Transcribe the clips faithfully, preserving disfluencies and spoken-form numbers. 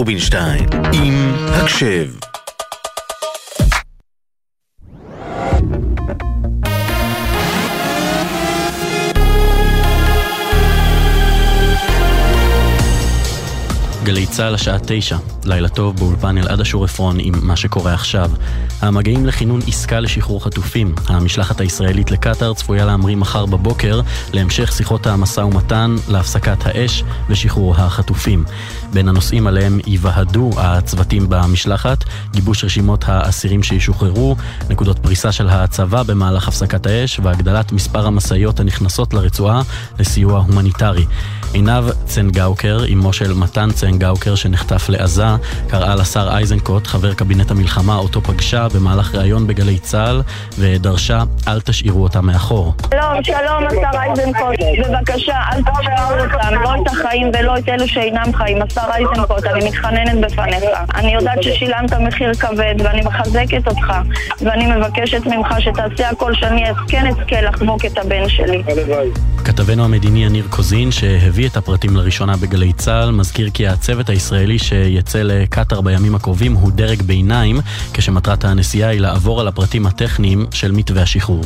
רובינשטיין עם הקשב. גלי צהל השעה תשע, לילה טוב באולפן אלעד אשור עפרון עם מה שקורה עכשיו. המגעים לכינון עסקה לשחרור חטופים. המשלחת הישראלית לקטר צפויה להמריא מחר בבוקר להמשך שיחות המשא ומתן, להפסקת האש ושחרור החטופים. בין הנושאים עליהם יוועדו הצוותים במשלחת, גיבוש רשימות האסירים שישוחררו, נקודות פריסה של הצבא במהלך הפסקת האש והגדלת מספר המשאיות הנכנסות לרצועה לסיוע הומניטרי. עינב צנגאוקר, אמו של מתן צנגאוקר שנחטף לעזה, קראה לשר אייזנקוט, חבר קבינט המלחמה, אותו פגשה במהלך ראיון בגלי צהל ודרשה, אל תשאירו אותם מאחור. שלום, שלום השר אייזנקוט, בבקשה אל תשאירו אותם, לא את החיים ולא את אלו שאינם חיים. השר אייזנקוט, אני מתחננת בפניך, אני יודעת ששילמת מחיר כבד ואני מחזקת אותך ואני מבקשת ממך שתעשה הכל שאני כן אזכה לחבוק את הבן שלי. כתבנו המדיני יניר קוזין שהביא את הפרטים לראשונה בגלי צהל מזכיר כי הצוות הישראלי שיצא לקטר בימים הקרובים הוא דרג ביניים, כשמטרת הנסיעה היא לעבור על הפרטים הטכניים של מתווה השחרור.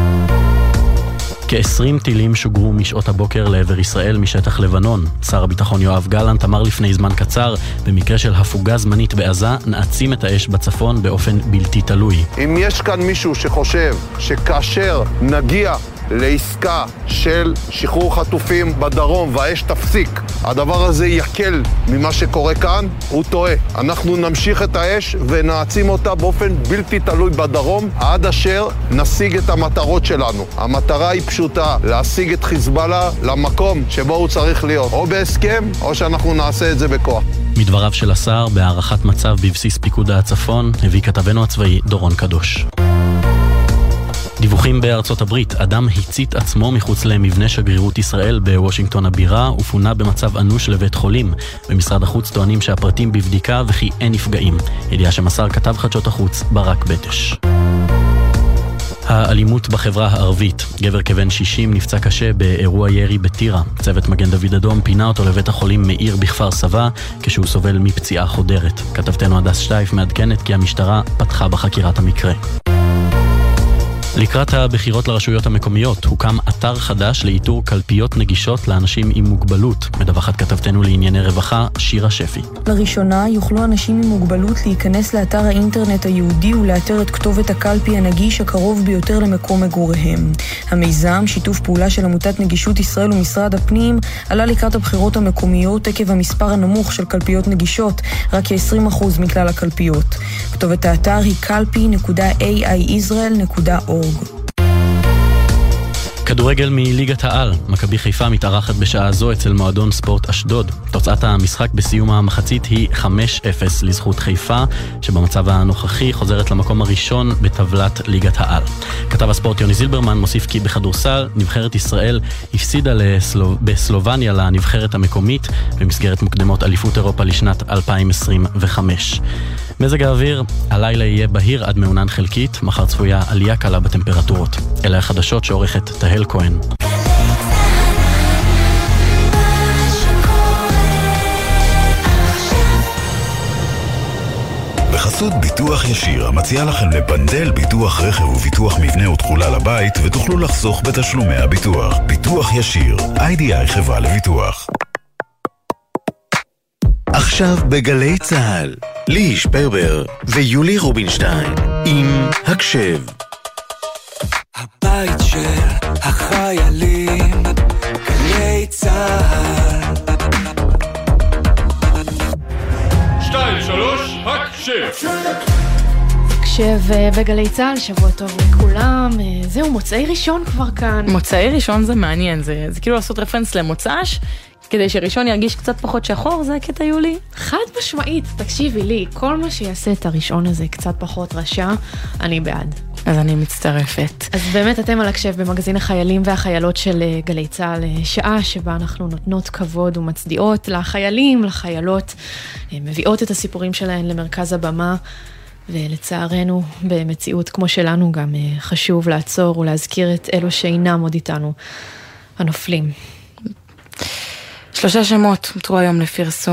כ-עשרים טילים שוגרו משעות הבוקר לעבר ישראל משטח לבנון. שר הביטחון יואב גלנט אמר לפני זמן קצר, במקרה של הפוגה זמנית בעזה, נעצים את האש בצפון באופן בלתי תלוי. אם יש כאן מישהו שחושב שכאשר נגיע לעסקה של שחרור חטופים בדרום והאש תפסיק, הדבר הזה יקל ממה שקורה כאן, הוא טועה. אנחנו נמשיך את האש ונעצים אותה באופן בלתי תלוי בדרום עד אשר נשיג את המטרות שלנו. המטרה היא פשוטה, להשיג את חיזבאללה למקום שבו הוא צריך להיות, או בהסכם או שאנחנו נעשה את זה בכוח. מדבריו של השר בהערכת מצב בבסיס פיקוד הצפון הביא כתבנו הצבאי דורון קדוש. דיווחים בארצות הברית, אדם הצית עצמו מחוץ למבנה שגרירות ישראל בוושינגטון הבירה ופונה במצב אנוש לבית חולים. במשרד החוץ טוענים שהפרטים בבדיקה וכי אין נפגעים. ידיעה שמסר כתב חדשות החוץ ברק בטש. האלימות בחברה הערבית. גבר כבן שישים נפצע קשה באירוע ירי בטירה. צוות מגן דוד אדום פינה אותו לבית החולים מאיר בכפר סבא כשהוא סובל מפציעה חודרת. כתבתנו הדס שטייף מעדכנת כי המשטרה פתחה בחקירת המקרה. לקראת הבחירות לרשויות המקומיות הוקם אתר חדש לאיתור קלפיות נגישות לאנשים עם מוגבלות. מדווחת כתבתנו לענייני רווחה שירה שפי. לראשונה יוכלו אנשים עם מוגבלות להיכנס לאתר האינטרנט היהודי ולאתר את כתובת הקלפי הנגיש הקרוב ביותר למקום מגוריהם. המיזם, שיתוף פעולה של עמותת נגישות ישראל ומשרד הפנים, עלה לקראת הבחירות המקומיות עקב המספר הנמוך של קלפיות נגישות, רק כ-עשרים אחוז מכלל הקלפיות. כתובת האתר היא קלפי נקודה איי איי ישראל נקודה אורג. כדורגל מליגת העל. מכבי חיפה מתארחת בשעה זו אצל מועדון ספורט אשדוד. תוצאת המשחק בסיום המחצית היא חמש אפס לזכות חיפה, שבמצב הנוכחי חוזרת למקום הראשון בטבלת ליגת העל. כתב הספורט יוני זילברמן מוסיף כי בכדורסל נבחרת ישראל הפסידה לסלו... בסלובניה לנבחרת המקומית במסגרת מוקדמות אליפות אירופה לשנת אלפיים עשרים וחמש. מזג האוויר, הלילה יהיה בהיר עד מעונן חלקית, מחר צפויה עלייה קלה בטמפרטורות. אלה החדשות שעורכת תהל כהן. בחסות ביטוח ישיר, המציע לכם לפנדל ביטוח רכב וביטוח מבנה ותכולה לבית, ותוכלו לחסוך בתשלומי הביטוח. ביטוח ישיר, איי די איי חברה לביטוח. עכשיו בגלי צהל, לי שפרבר ויולי רובינשטיין עם הקשב. הבית של החיילים, גלי צהל. שתיים, שלוש, הקשב. הקשב בגלי צהל, שבוע טוב לכולם. זהו, מוצאי ראשון כבר כאן. מוצאי ראשון זה מעניין, זה, זה כאילו לעשות רפרנס למוצ"ש, כדי שראשון ירגיש קצת פחות שחור, זה הקטע יולי. חד משמעית, תקשיבי לי, כל מה שיעשה את הראשון הזה קצת פחות רשע, אני בעד. אז אני מצטרפת. אז באמת אתם על הקשב במגזין החיילים והחיילות של גלי צהל, שעה שבה אנחנו נותנות כבוד ומצדיעות לחיילים, לחיילות, מביאות את הסיפורים שלהן למרכז הבמה, ולצערנו במציאות כמו שלנו גם חשוב לעצור ולהזכיר את אלו שאינם עוד איתנו, הנופלים. שלושה שמות הותרו היום לפרסום,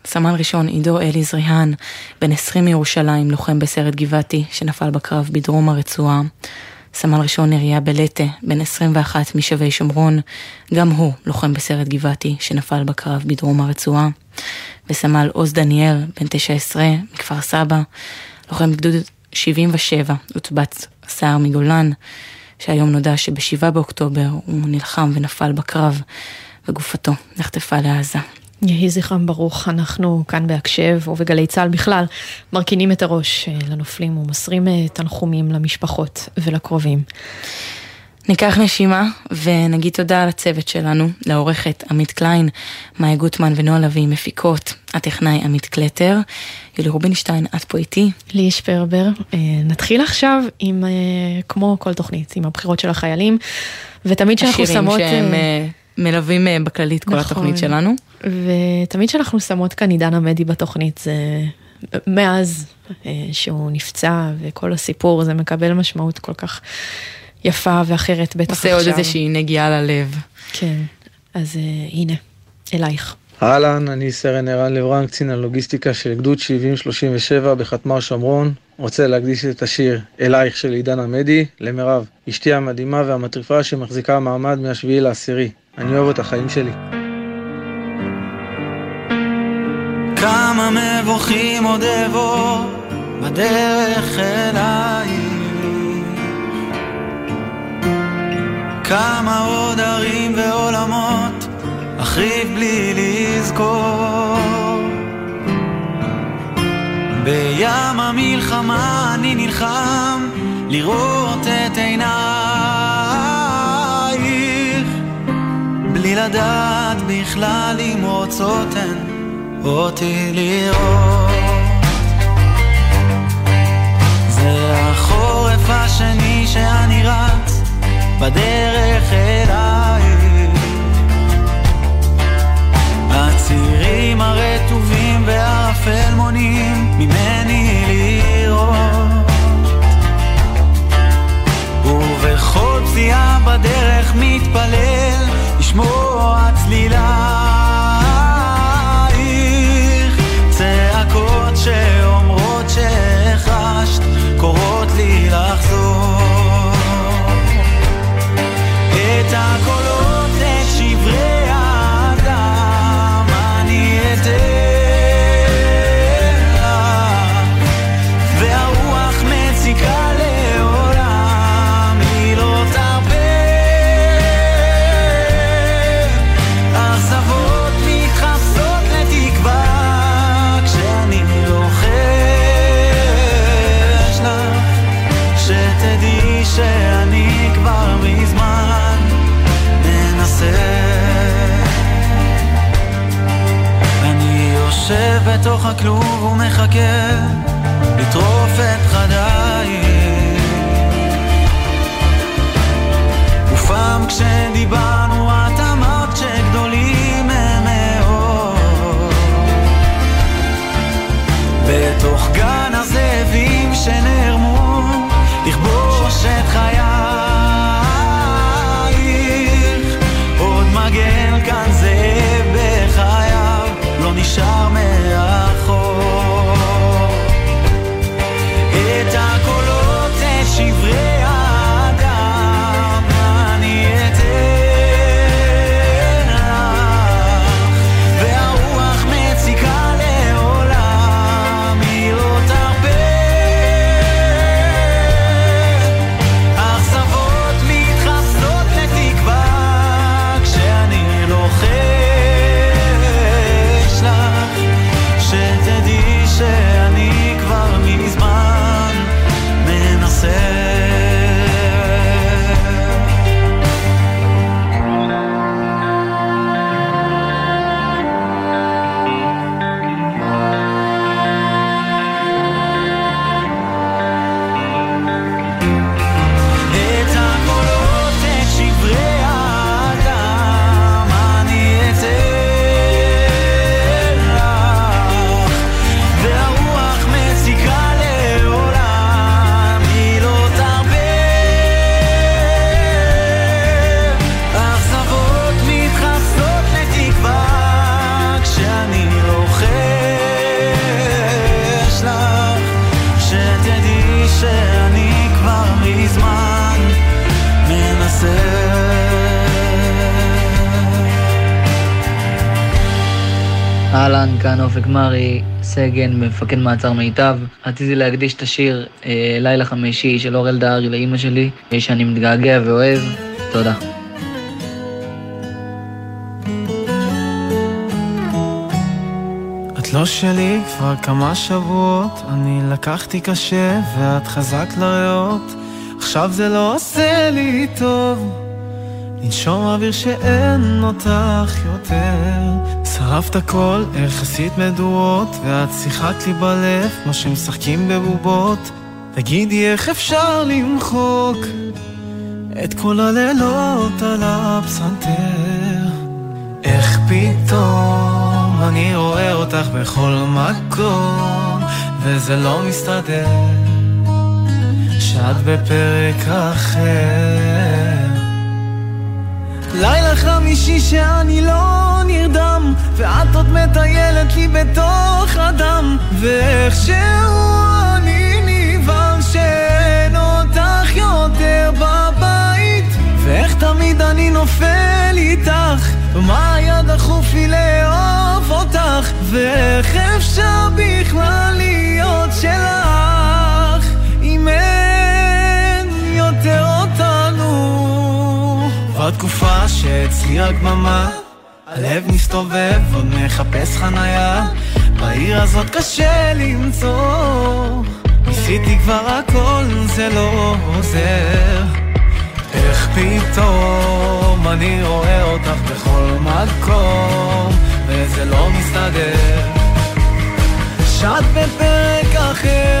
סמל ראשון עידו אלי זריהן, בן עשרים מירושלים, לוחם בסיירת גבעתי, שנפל בקרב בדרום הרצועה. סמל ראשון נריה בלטה, בן עשרים ואחת משבי שומרון, גם הוא לוחם בסיירת גבעתי, שנפל בקרב בדרום הרצועה. וסמל עוז דניאל, בן תשע עשרה, מכפר סבא, לוחם בגדוד שבעים ושבע, עוטבת סער מגולן, שהיום נודע שבשבעה באוקטובר הוא נלחם ונפל בקרב, וגופתו נחטפה לעזה. יהי זכרם ברוך. אנחנו כאן בהקשב ובגלי צהל בכלל מרכינים את הראש לנופלים ומסרים תנחומים למשפחות ולקרובים. ניקח נשימה ונגיד תודה על הצוות שלנו, לעורכת עמית קליין, מאי גוטמן ונועה לוי מפיקות, הטכנאי עמית קלטר, יולי רובינשטיין, את פה איתי. לי שפרבר. נתחיל עכשיו עם, כמו כל תוכנית, עם הבחירות של החיילים, ותמיד שאנחנו שמות... השירים שהם מלווים בכללית כל התוכנית שלנו. ותמיד שאנחנו שמות כאן עידן עמדי בתוכנית, זה מאז שהוא נפצע וכל הסיפור, זה מקבל משמעות כל כך יפה ואחרת בטח עכשיו. עושה עוד איזושהי נגיעה ללב. כן, אז הנה, אלייך. אהלן, אני סרן ערן לברן, קצין הלוגיסטיקה של גדוד שבעים שלושים ושבע בחטמ"ר שומרון. רוצה להקדיש את השיר אלייך של עידן עמדי למירב, אשתי המדהימה והמטריפה שמחזיקה מעמד מהשביעי לעשירי. אני אוהב את החיים שלי. כמה מבוכים עוד אבוא בדרך אליי, כמה עוד ערים ועולמות אחריב בלי לזכור. בים המלחמה אני נלחם לראות את עינייך, בלי לדעת בכלל אם רוצות הן אותי לראות. זה החורף השני שאני רץ בדרך אליי, הצירים הרטובים והערפל מונים ממני לראות, ובכל פסיעה בדרך מתפלל לשמוע צלילייך, צעקות שאומרות שהחשת קורות לי לחזור, את הקולות, את שברי האדם אני אתן לך, והרוח מציקה לעולם היא לא תרפה, אכזבות מתחפשות לתקווה כשאני לוחש לך, שתדעי שאני כבר מזמן מנסה. אני יושב בתוך הכלוב ומחכה לטרוף את חדיי, ופעם כשדיברנו את אמרת שגדולים הם מאוד, בתוך גן הזאבים שנרמו לכבוש את חייך, עוד מגן כאן זאב בחייו לא נשאר מאחור, את הקולות, את שברי האדם אני אתן אהלן, כאן אופק מרי, סגן, מפקד מעצר מיטב. רציתי להקדיש את השיר אה, לילה חמישי של אורל דהרי לאמא שלי, שאני מתגעגע ואוהב. תודה. את לא שלי כבר כמה שבועות, אני לקחתי קשה ואת חזק לריאות. עכשיו זה לא עושה לי טוב לנשום אוויר שאין אותך יותר. שרפת הכל, יחסית מדורות, ואת שיחקת לי בלב כמו שמשחקים בבובות. תגידי איך אפשר למחוק את כל הלילות על הפסנתר. איך פתאום אני רואה אותך בכל מקום וזה לא מסתדר שאת בפרק אחר. לילה חמישי שאני לא נרדם ואת עוד מטיילת לי בתוך אדם, ואיכשהו אני נבהל שאין אותך יותר בבית, ואיך תמיד אני נופל איתך ומה היה דחוף לי לאהוב אותך, ואיך אפשר בכלל להיות שלך אם אין יותר אותנו. בתקופה שאצלי רק דממה, הלב מסתובב עוד מחפש חנייה, בעיר הזאת קשה למצוא, ניסיתי כבר הכל זה לא עוזר. איך פתאום אני רואה אותך בכל מקום וזה לא מסתדר שאת בפרק אחר.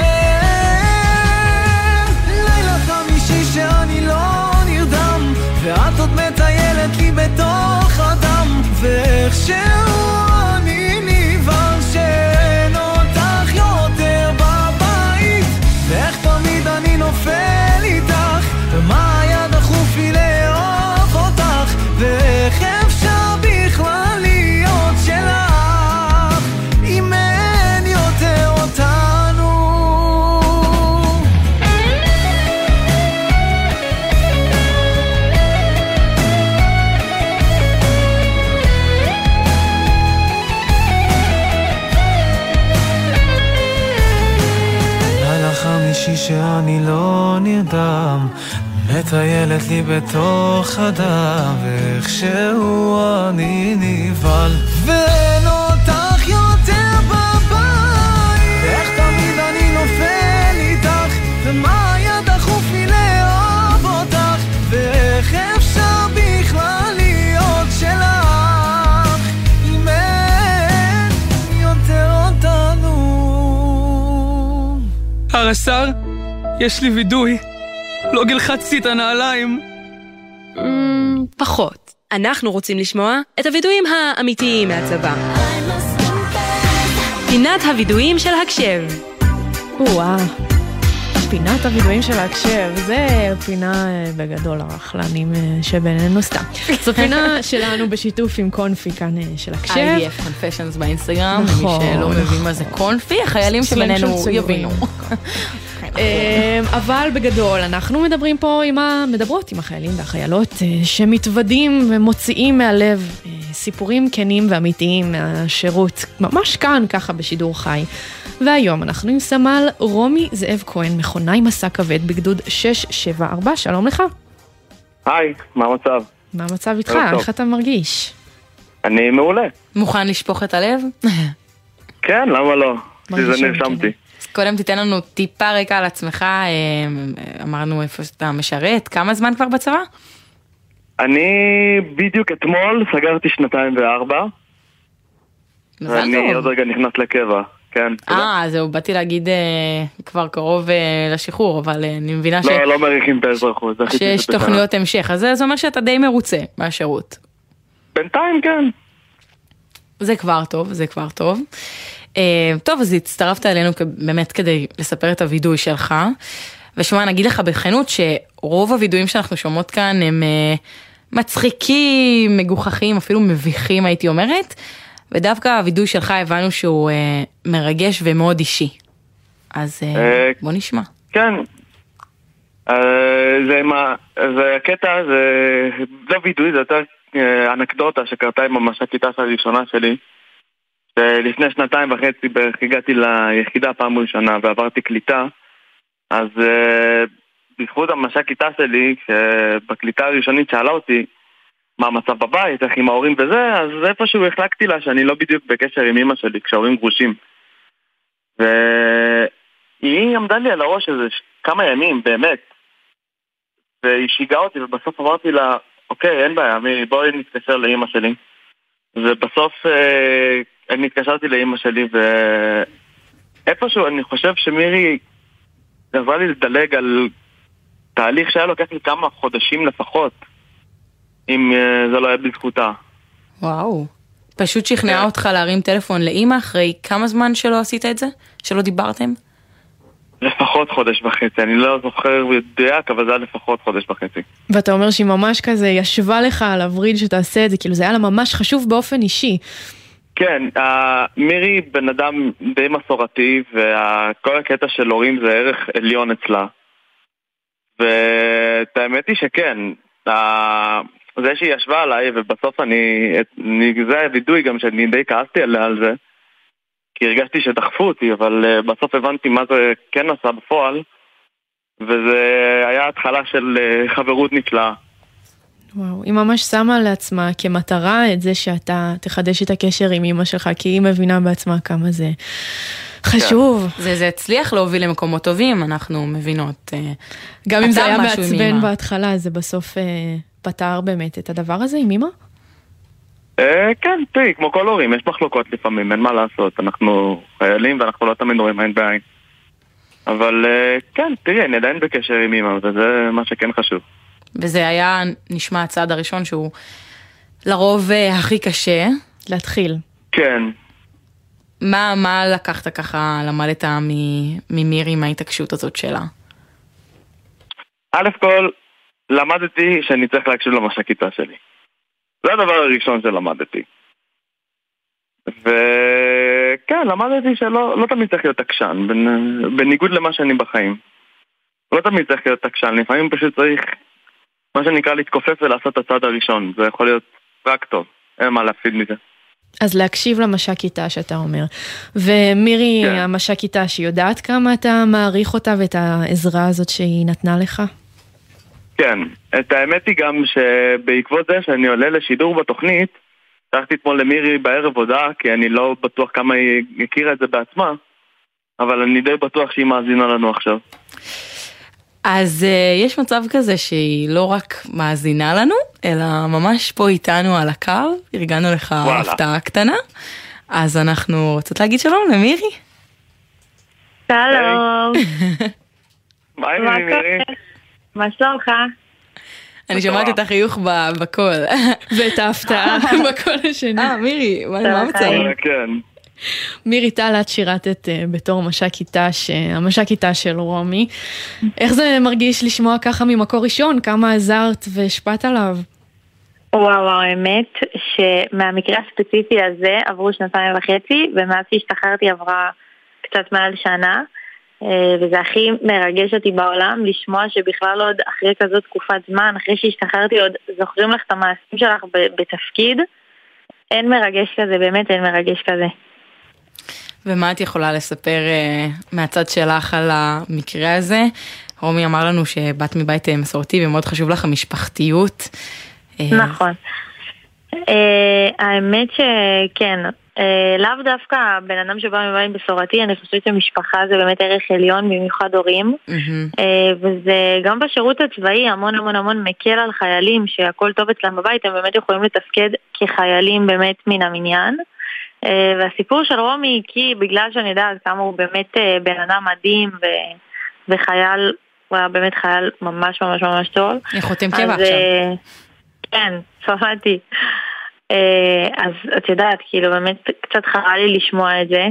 לילה חמישי שאני לא נרדם ואת עוד מטיילת לי בתוך אדם, ואיכשהו אני נבהל שאין אותך יותר בבית, ואיך תמיד אני נופל איתך ומה היה דחוף לי לאהוב אותך, ואיך אפשר בכלל להיות שלך אם אין יותר אותנו. לילה חמישי שאני לא נרדם מטיילת לי בתוך אדם, ואיכשהו אני נבהל ואין אותך יותר בבית, ואיך תמיד אני נופל איתך ומה היה דחוף לי לאהוב אותך, ואיך אפשר בכלל להיות שלך אם אין יותר אותנו. הרס"ר, יש לי וידוי, לא גלחצתי את הנעליים. פחות. אנחנו רוצים לשמוע את הוידויים האמיתיים מהצבא. פינת הוידויים של הקשב. וואו, פינת הוידואים של הקשב, זה פינה בגדול הרכלנים שבינינו סתם. זו פינה שלנו בשיתוף עם קונפי כאן של הקשב. איי די אף Confessions באינסטגרם, מי שלא מבין מה זה קונפי, החיילים שבינינו יבינו. אבל בגדול אנחנו מדברים פה עם המדברות עם החיילים והחיילות שמתוודים ומוציאים מהלב סיפורים כנים ואמיתיים מהשירות, ממש כאן ככה בשידור חי. והיום אנחנו עם סמל רומי זאב כהן, מכונאי מסע כבד בגדוד שש שבע ארבע. שלום לך. היי, מה המצב? מה המצב איתך? איך אתה מרגיש? אני מעולה. מוכן לשפוך את הלב? כן, למה לא? זה נרשמתי. קודם תיתן לנו טיפה רקע על עצמך, אמרנו איפה אתה משרת, כמה זמן כבר בצבא? אני בדיוק אתמול סגרתי שנתיים וארבע. מזל טוב. אני עוד רגע נכנס לקבע, כן. אה, זהו, באתי להגיד כבר קרוב לשחרור, אבל אני מבינה ש... לא, לא מריחים את האזרחות. שיש תוכניות המשך, אז זה אומר שאתה די מרוצה מהשירות. בינתיים כן. זה כבר טוב, זה כבר טוב. טוב, אז הצטרפת אלינו באמת כדי לספר את הוידוי שלך, ושמע, נגיד לך בכנות שרוב הוידויים שאנחנו שומעות כאן הם מצחיקים, מגוחכים, אפילו מביכים הייתי אומרת, ודווקא הוידוי שלך הבנו שהוא מרגש ומאוד אישי. אז בוא נשמע. כן, זה מה, זה הקטע, זה וידוי, זה יותר אנקדוטה שקרתה עם המש"קית הראשונה שלי. ולפני שנתיים וחצי בערך הגעתי ליחידה פעם ראשונה ועברתי קליטה, אז uh, בזכות המש"ק כיתה שלי, שבקליטה הראשונית שאלה אותי מה המצב בבית, איך עם ההורים וזה, אז איפשהו החלקתי לה שאני לא בדיוק בקשר עם אמא שלי כשההורים גרושים. והיא עמדה לי על הראש איזה כמה ימים, באמת. והיא שיגעה אותי, ובסוף אמרתי לה, אוקיי, אין בעיה, מירי, בואי נתקשר לאמא שלי. ובסוף אה, אני התקשרתי לאמא שלי, ואיפשהו אני חושב שמירי עזרה לי לדלג על תהליך שהיה לוקח לי כמה חודשים לפחות, אם זה לא היה בזכותה. וואו. פשוט שכנעה אותך להרים טלפון לאמא אחרי כמה זמן שלא עשית את זה? שלא דיברתם? לפחות חודש וחצי. אני לא זוכר בדיוק, אבל זה היה לפחות חודש וחצי. ואתה אומר שהיא ממש כזה ישבה לך על הווריד שתעשה את זה, כאילו זה היה לה ממש חשוב באופן אישי. כן, מירי בן אדם די מסורתי, וכל הקטע של הורים זה ערך עליון אצלה. ואת האמת היא שכן, זה שהיא ישבה עליי, ובסוף אני, זה הווידוי גם שאני די כעסתי עליה על זה, כי הרגשתי שדחפו אותי, אבל בסוף הבנתי מה זה כן עשה בפועל, וזה היה התחלה של חברות נפלאה. וואו, היא ממש שמה לעצמה כמטרה את זה שאתה תחדש את הקשר עם אמא שלך, כי היא מבינה בעצמה כמה זה חשוב. זה, זה הצליח להוביל למקומות טובים, אנחנו מבינות. גם אם זה היה מעצבן בהתחלה, זה בסוף פתר באמת את הדבר הזה עם אמא? כן, תראי, כמו כל הורים, יש מחלוקות לפעמים, אין מה לעשות. אנחנו חיילים ואנחנו לא תמיד רואים עין בעין. אבל כן, תראי, אני עדיין בקשר עם אמא, וזה מה שכן חשוב. וזה היה נשמע הצעד הראשון שהוא לרוב הכי קשה. להתחיל. כן. מה, מה לקחת ככה, למדת ממירי מההתעקשות הזאת שלה? א' כל, למדתי שאני צריך להקשיב למש"קיתה שלי. זה הדבר הראשון שלמדתי. וכן, למדתי שלא לא תמיד צריך להיות עקשן, בניגוד למה שאני בחיים. לא תמיד צריך להיות עקשן, לפעמים פשוט צריך מה שנקרא להתכופף ולעשות את הצעד הראשון. זה יכול להיות רק טוב, אין מה להפסיד מזה. אז להקשיב למש"קיתה שאתה אומר. ומירי, כן. המש"קיתה שהיא יודעת כמה אתה מעריך אותה ואת העזרה הזאת שהיא נתנה לך? כן, את האמת היא גם שבעקבות זה שאני עולה לשידור בתוכנית, שלחתי אתמול למירי בערב הודעה, כי אני לא בטוח כמה היא הכירה את זה בעצמה, אבל אני די בטוח שהיא מאזינה לנו עכשיו. אז uh, יש מצב כזה שהיא לא רק מאזינה לנו, אלא ממש פה איתנו על הקו, ארגנו לך הפתעה קטנה, אז אנחנו רוצות להגיד שלום למירי. שלום. מה עם מירי? מה שלומך? אני שומעת את החיוך בקול. ואת ההפתעה בקול השני. אה, מירי, מה מצב? כן. מירי טל, את שירתת בתור מש"קיתה, המש"קיתה של רומי. איך זה מרגיש לשמוע ככה ממקור ראשון? כמה עזרת והשפעת עליו? וואו, האמת שמהמקרה הספציפי הזה עברו שנתיים וחצי, ומאז שהשתחררתי עברה קצת מעל שנה, וזה הכי מרגש אותי בעולם לשמוע שבכלל עוד אחרי כזאת תקופת זמן, אחרי שהשתחררתי עוד זוכרים לך את המעשים שלך בתפקיד, אין מרגש כזה, באמת אין מרגש כזה. ומה את יכולה לספר uh, מהצד שלך על המקרה הזה? רומי אמר לנו שבת מבית מסורתי ומאוד חשוב לך המשפחתיות. נכון. Uh, האמת שכן, uh, לאו דווקא בן אדם שבא מבית מסורתי, אני חושבת שמשפחה זה באמת ערך עליון, במיוחד הורים. Mm-hmm. Uh, וזה גם בשירות הצבאי המון המון המון מקל על חיילים שהכל טוב אצלם בבית, הם באמת יכולים לתפקד כחיילים באמת מן המניין. והסיפור של רומי, כי בגלל שאני יודעת כמה הוא באמת בן אדם מדהים ו- וחייל, הוא היה באמת חייל ממש ממש ממש טוב. חותם קבע עכשיו. כן, צפתי. אז את יודעת, כאילו באמת קצת חרה לי לשמוע את זה.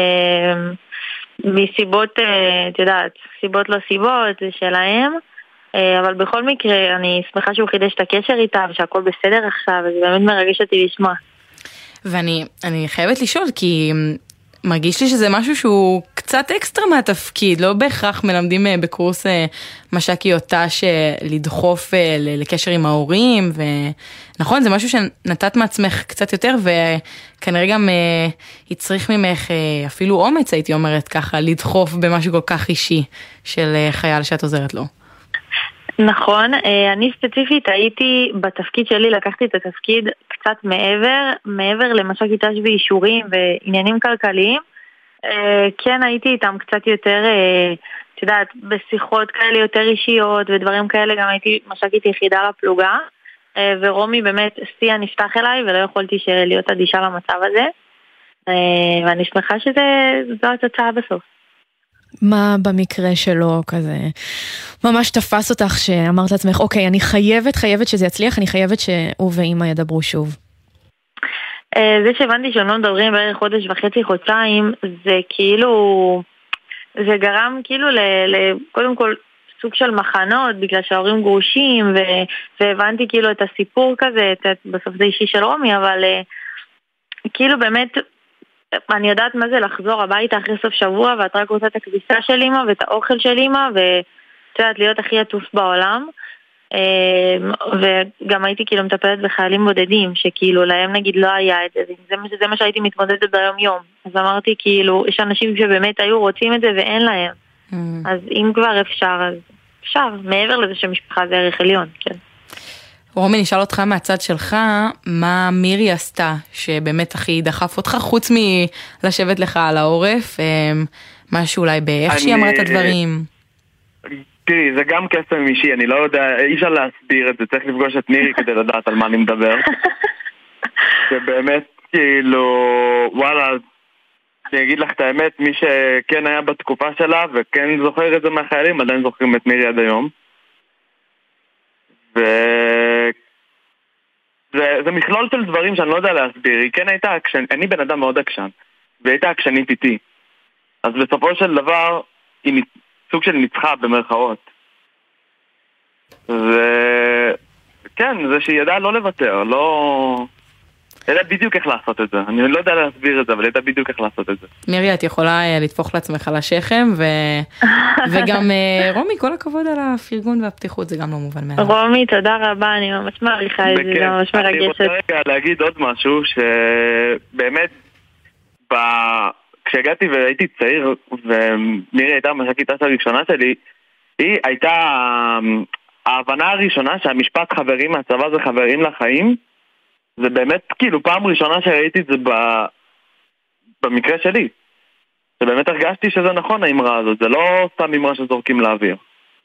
מסיבות, את יודעת, סיבות לא סיבות, זה שלהם. אבל בכל מקרה, אני שמחה שהוא חידש את הקשר איתה ושהכל בסדר עכשיו, וזה באמת מרגש אותי לשמוע. ואני אני חייבת לשאול, כי מרגיש לי שזה משהו שהוא קצת אקסטרה מהתפקיד, לא בהכרח מלמדים בקורס מש"קיות ת"ש לדחוף לקשר עם ההורים, ונכון, זה משהו שנתת מעצמך קצת יותר, וכנראה גם יצריך ממך אפילו אומץ, הייתי אומרת ככה, לדחוף במשהו כל כך אישי של חייל שאת עוזרת לו. נכון, אני ספציפית הייתי בתפקיד שלי, לקחתי את התפקיד קצת מעבר, מעבר למש"קית ת"ש ואישורים ועניינים כלכליים, כן הייתי איתם קצת יותר, את יודעת, בשיחות כאלה יותר אישיות ודברים כאלה, גם הייתי מש"קית יחידה לפלוגה, ורומי באמת סייע נפתח אליי ולא יכולתי להיות אדישה למצב הזה, ואני שמחה שזו התוצאה בסוף. מה במקרה שלו כזה ממש תפס אותך שאמרת לעצמך, אוקיי, אני חייבת, חייבת שזה יצליח, אני חייבת שהוא ואמא ידברו שוב? זה שהבנתי שהם לא מדברים בערך חודש וחצי, חודשיים, זה כאילו, זה גרם כאילו ל, ל, קודם כל סוג של מחנות, בגלל שההורים גרושים, ו, והבנתי כאילו את הסיפור כזה, את, בסוף זה אישי של רומי, אבל כאילו באמת, אני יודעת מה זה לחזור הביתה אחרי סוף שבוע, ואת רק רוצה את הכביסה של אמא ואת האוכל של אמא, ואת יודעת להיות הכי עטוף בעולם. וגם הייתי כאילו מטפלת בחיילים בודדים, שכאילו להם נגיד לא היה את זה, זה, זה מה שהייתי מתמודדת ביום יום. אז אמרתי כאילו, יש אנשים שבאמת היו רוצים את זה ואין להם. Mm. אז אם כבר אפשר, אז אפשר. מעבר לזה שמשפחה זה ערך עליון, כן. רומי, נשאל אותך מהצד שלך, מה מירי עשתה שבאמת הכי דחף אותך, חוץ מלשבת לך על העורף, משהו אולי באיך שהיא אמרה את הדברים? תראי, זה גם קסם אישי, אני לא יודע, אי אפשר להסביר את זה, צריך לפגוש את מירי כדי לדעת על מה אני מדבר. זה באמת כאילו, וואלה, אני אגיד לך את האמת, מי שכן היה בתקופה שלה וכן זוכר את זה מהחיילים, עדיין זוכרים את מירי עד היום. ו... זה, זה מכלול של דברים שאני לא יודע להסביר. היא כן הייתה עקשן, אני בן אדם מאוד עקשן, והיא הייתה עקשנית איתי. אז בסופו של דבר, היא סוג של ניצחה במרכאות. וכן, זה שהיא ידעה לא לוותר, לא... ידעה בדיוק איך לעשות את זה. אני לא יודע להסביר את זה, אבל ידעה בדיוק איך לעשות את זה. מירי, את יכולה לתפוך לעצמך על השכם, ו... וגם רומי, כל הכבוד על הפרגון והפתיחות, זה גם לא מובן מעט. רומי, תודה רבה, אני ממש מעריכה את זה, זה ממש מרגשת. אני רוצה רגע להגיד עוד משהו, שבאמת, ב... כשהגעתי והייתי צעיר, ומירי הייתה המש"קית ת"ש הראשונה שלי, היא הייתה ההבנה הראשונה שהמשפט חברים מהצבא זה חברים לחיים, זה באמת כאילו פעם ראשונה שראיתי את זה ב... במקרה שלי. שבאמת הרגשתי שזה נכון האמרה הזאת, זה לא סתם אמרה שזורקים לאוויר.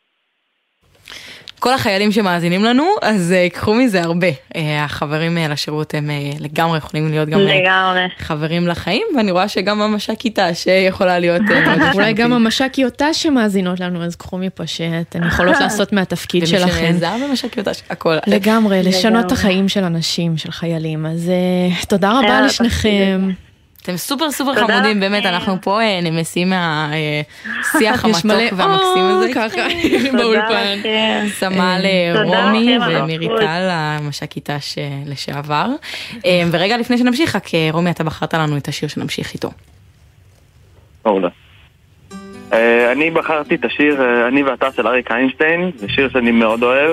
כל החיילים שמאזינים לנו, אז קחו מזה הרבה. החברים לשירות הם לגמרי יכולים להיות גם לגמרי. חברים לחיים, ואני רואה שגם המש"קית ת"ש שיכולה להיות... אולי גם המש"קיות ת"ש שמאזינות לנו, אז קחו מפה שאתן יכולות לעשות מהתפקיד שלכם. ומי שנעזר במש"קיות ת"ש, הכל. לגמרי, לשנות את החיים של אנשים, של חיילים. אז תודה רבה לשניכם. אתם סופר סופר חמודים, באמת, אנחנו פה נמסים מהשיח המתוק והמקסים הזה. ככה, באולפן. סמל רומי ומיריטל, המש"קית ת"ש לשעבר. ורגע לפני שנמשיך, רק רומי, אתה בחרת לנו את השיר שנמשיך איתו. אורלה. אני בחרתי את השיר אני ואתה של אריק איינשטיין, זה שיר שאני מאוד אוהב.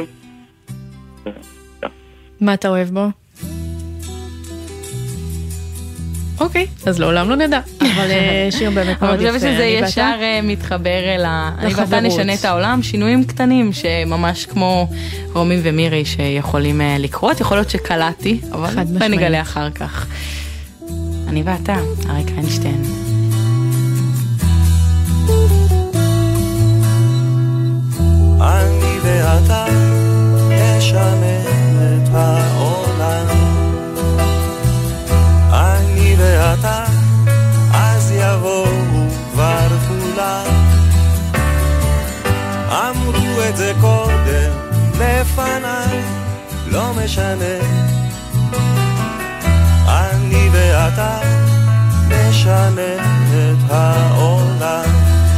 מה אתה אוהב בו? אוקיי, אז לעולם לא נדע, אבל שיר באמת מאוד יפה. אני חושבת שזה ישר מתחבר אל ה... אני ואתה נשנה את העולם, שינויים קטנים שממש כמו רומי ומירי שיכולים לקרות, יכול להיות שקלעתי, אבל נגלה אחר כך. אני ואתה, אריק איינשטיין. אני ואתה נשנה את העולם, אני ואתה אז יבואו כבר כולם, אמרו את זה קודם לפניי, לא משנה, אני ואתה נשנה את העולם.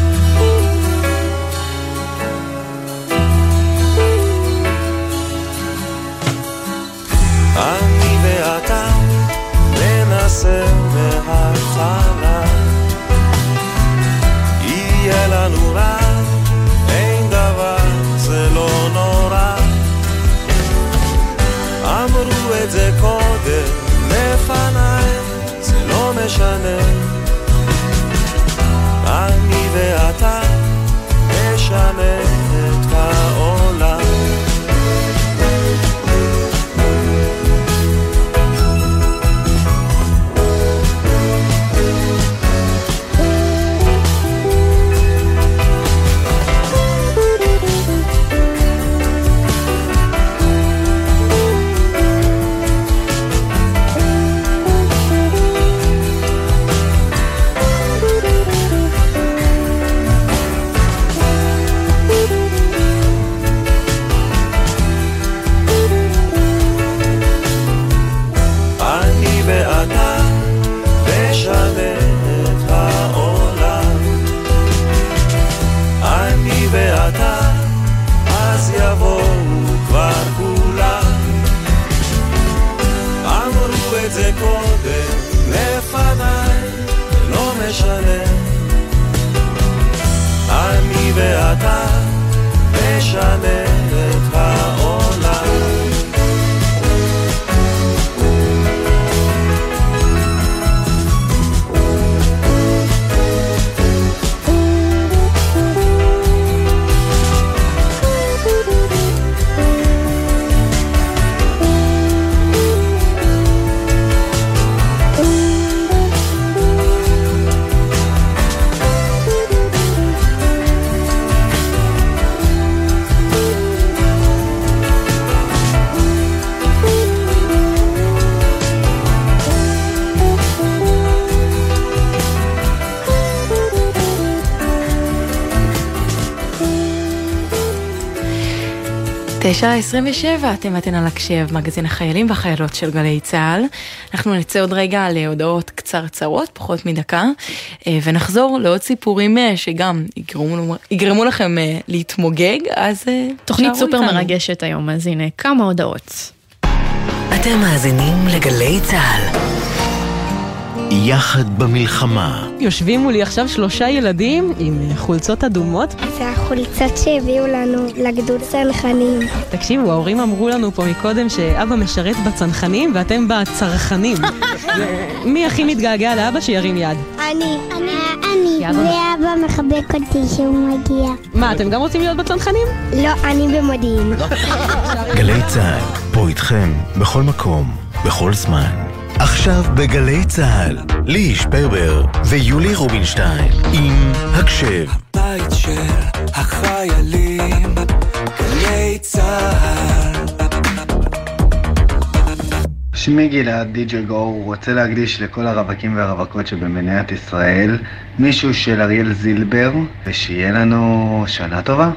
אני ואתה ננסה מההתחלה, משנה את העולם. תשע עשרים ושבע, אתם ואתן על הקשב, מגזין החיילים והחיילות של גלי צהל. אנחנו נצא עוד רגע להודעות קצרצרות, פחות מדקה, ונחזור לעוד סיפורים שגם יגרמו, יגרמו לכם להתמוגג, אז תוכנית סופר איתנו. מרגשת היום, אז הנה כמה הודעות. אתם מאזינים לגלי צהל. יחד במלחמה. יושבים מולי עכשיו שלושה ילדים עם חולצות אדומות. זה החולצות שהביאו לנו לגדוד צנחנים. תקשיבו, ההורים אמרו לנו פה מקודם שאבא משרת בצנחנים ואתם בצרכנים. מי הכי מתגעגע לאבא שירים יד? אני. אני. אני. ואבא מחבק אותי שהוא מגיע. מה, אתם גם רוצים להיות בצנחנים? לא, אני במודיעין. גלי צהל, פה איתכם, בכל מקום, בכל זמן. עכשיו בגלי צהל, לי שפרבר ויולי רובינשטיין עם הקשב. הבית של החיילים, גלי צהל. שמי גלעד, די-ג'יי גו, רוצה להקדיש לכל הרווקים והרווקות שבמדינת ישראל מישהו של אריאל זילבר, ושיהיה לנו שנה טובה.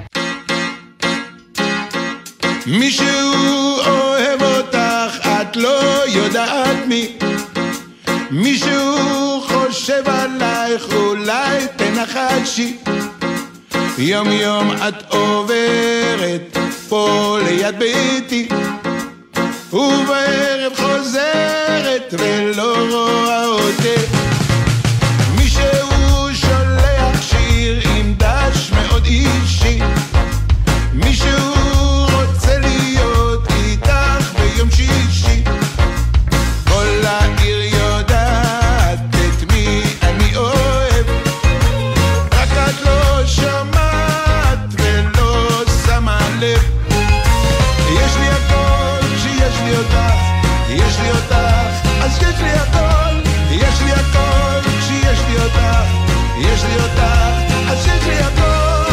מישהו אוהב אותך, את לא יודעת מי. מישהו חושב עלייך, אולי תנחשי. יום יום את עוברת פה ליד ביתי, ובערב חוזרת ולא רואה אותך. מישהו שולח שיר עם דש מאוד אישי. מישהו רוצה להיות איתך ביום שישי. כל העיר יודעת את מי אני אוהב, רק את לא שמעת ולא שמה לב. יש לי הכל כשיש לי אותך, יש לי אותך אז יש לי הכל. יש לי הכל כשיש לי אותך, יש לי אותך אז יש לי הכל.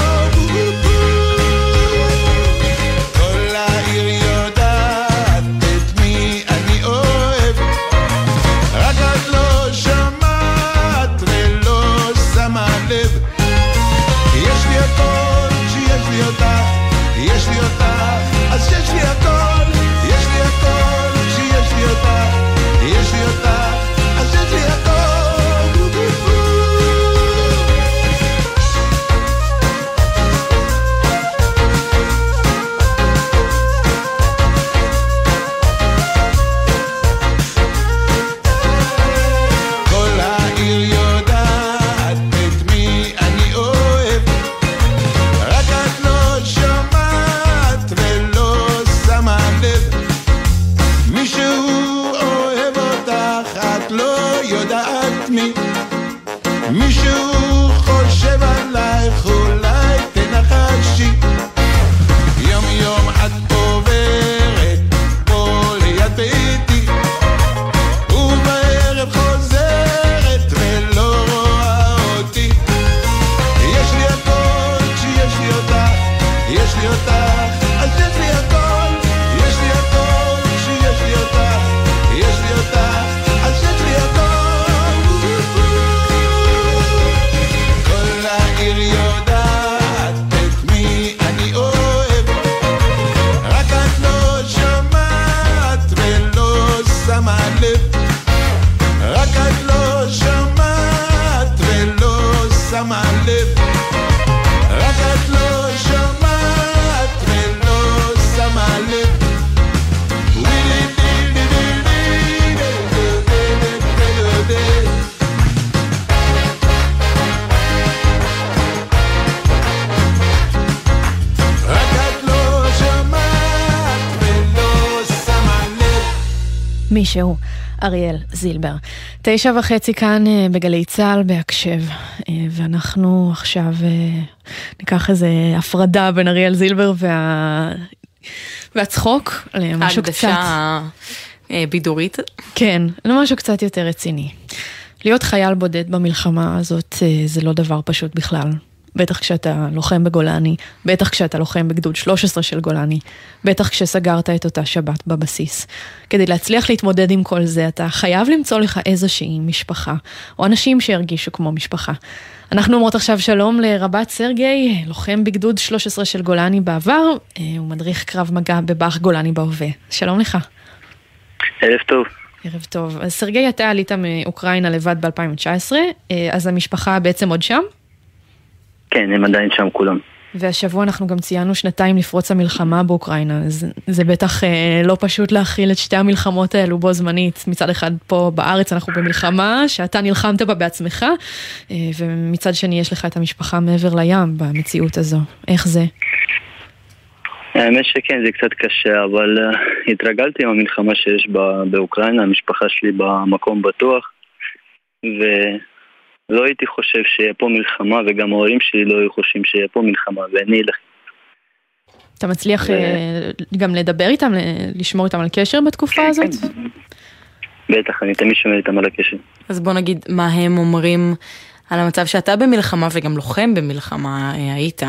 יש לי אותך, אז יש לי הכל. יש לי הכל כשיש לי אותך, יש לי אותך, אז יש לי הכל. כל העיר יודעת את מי אני אוהב, רק את לא שמעת ולא שמה לב. מישהו אוהב אותך, את לא יודעת מי. מישהו חושב עלייך, אולי תנחשי. יום יום את עוברת פה ליד ביתי, ובערב חוזרת ולא רואה אותי. יש לי הכל כשיש לי אותך, יש לי אותך אז יש לי הכל. יש לי הכל כשיש לי אותך, יש לי אותך אז יש לי הכל. כל העיר יודעת מישהו, אריאל זילבר. תשע וחצי כאן בגלי צהל בהקשב, ואנחנו עכשיו ניקח איזה הפרדה בין אריאל זילבר וה... והצחוק למשהו קצת... ההקדשה בידורית. כן, למשהו קצת יותר רציני. להיות חייל בודד במלחמה הזאת זה לא דבר פשוט בכלל. בטח כשאתה לוחם בגולני, בטח כשאתה לוחם בגדוד שלוש עשרה של גולני, בטח כשסגרת את אותה שבת בבסיס. כדי להצליח להתמודד עם כל זה, אתה חייב למצוא לך איזושהי משפחה, או אנשים שירגישו כמו משפחה. אנחנו אומרות עכשיו שלום לרבת סרגי, לוחם בגדוד שלוש עשרה של גולני בעבר, הוא מדריך קרב מגע בבאח גולני בהווה. שלום לך. ערב טוב. ערב טוב. אז סרגי, אתה עלית מאוקראינה לבד ב-אלפיים תשע עשרה, אז המשפחה בעצם עוד שם? כן, הם עדיין שם כולם. והשבוע אנחנו גם ציינו שנתיים לפרוץ המלחמה באוקראינה, אז זה בטח אה, לא פשוט להכיל את שתי המלחמות האלו בו זמנית. מצד אחד פה בארץ אנחנו במלחמה, שאתה נלחמת בה בעצמך, אה, ומצד שני יש לך את המשפחה מעבר לים במציאות הזו. איך זה? האמת שכן, זה קצת קשה, אבל uh, התרגלתי עם המלחמה שיש בא, באוקראינה, המשפחה שלי במקום בטוח, ו... לא הייתי חושב שיהיה פה מלחמה, וגם ההורים שלי לא היו חושבים שיהיה פה מלחמה, ואני אלך. אתה מצליח ו... גם לדבר איתם, לשמור איתם על קשר בתקופה הזאת? בטח, אני תמיד שומר איתם על הקשר. אז בוא נגיד מה הם אומרים על המצב שאתה במלחמה, וגם לוחם במלחמה היית.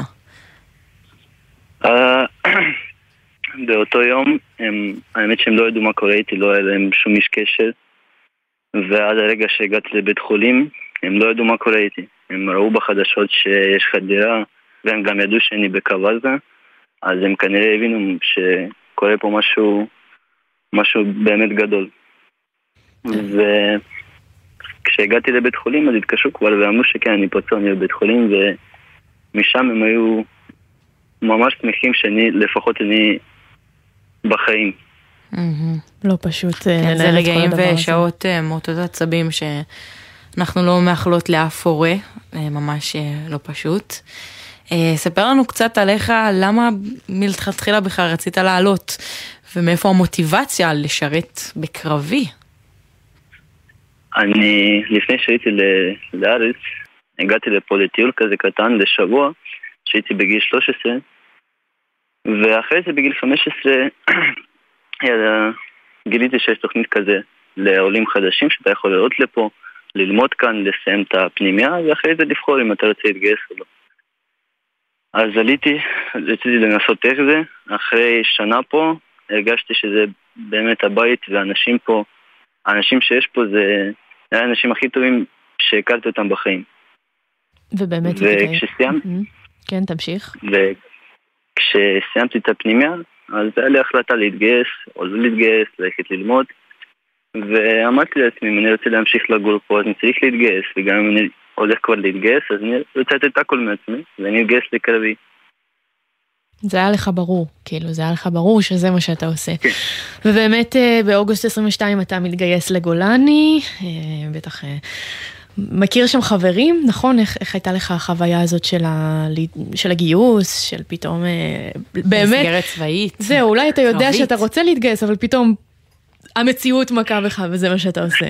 באותו יום, הם, האמת שהם לא ידעו מה קורה איתי, לא היה להם שום איש קשר, ועד הרגע שהגעתי לבית חולים, הם לא ידעו מה קורה איתי. הם ראו בחדשות שיש חדירה, והם גם ידעו שאני בקו עזה, אז הם כנראה הבינו שקורה פה משהו, משהו באמת גדול. וכשהגעתי לבית חולים, אז התקשרו כבר ואמרו שכן, אני פצוע, אני בבית חולים, ומשם הם היו ממש שמחים שאני, לפחות אני בחיים. לא פשוט. זה רגעים ושעות מוטות עצבים ש... אנחנו לא מאחלות לאף הורה, ממש לא פשוט. ספר לנו קצת עליך, למה מלכתחילה בכלל רצית לעלות, ומאיפה המוטיבציה לשרת בקרבי? אני, לפני שהייתי לארץ, הגעתי לפה לטיול כזה קטן לשבוע, שהייתי בגיל שלוש עשרה, ואחרי זה בגיל חמש עשרה, גיליתי שיש תוכנית כזה לעולים חדשים, שאתה יכול לעלות לפה, ללמוד כאן, לסיים את הפנימיה, ואחרי זה לבחור אם אתה רוצה להתגייס או לא. אז עליתי, רציתי לנסות איך זה, אחרי שנה פה, הרגשתי שזה באמת הבית, והאנשים פה, האנשים שיש פה זה, זה האנשים הכי טובים שהכרתי אותם בחיים. ובאמת, וכשסיימתי, כן, תמשיך. וכשסיימתי את הפנימיה, אז היה לי החלטה להתגייס, או לא להתגייס, ללכת ללמוד, ואמרתי לעצמי, אם אני רוצה להמשיך לגור פה, אז אני צריך להתגייס, וגם אם אני הולך כבר להתגייס, אז אני רוצה לתת הכל מעצמי, ואני אתגייס לקרבי. זה היה לך ברור, כאילו, זה היה לך ברור שזה מה שאתה עושה. כן. ובאמת, באוגוסט עשרים ושתיים אתה מתגייס לגולני, בטח מכיר שם חברים, נכון? איך, איך הייתה לך החוויה הזאת של, ה... של הגיוס, של פתאום, באמת... מסגרת צבאית. זהו, אולי אתה יודע קרבית. שאתה רוצה להתגייס, אבל פתאום... המציאות מכה בך, וזה מה שאתה עושה.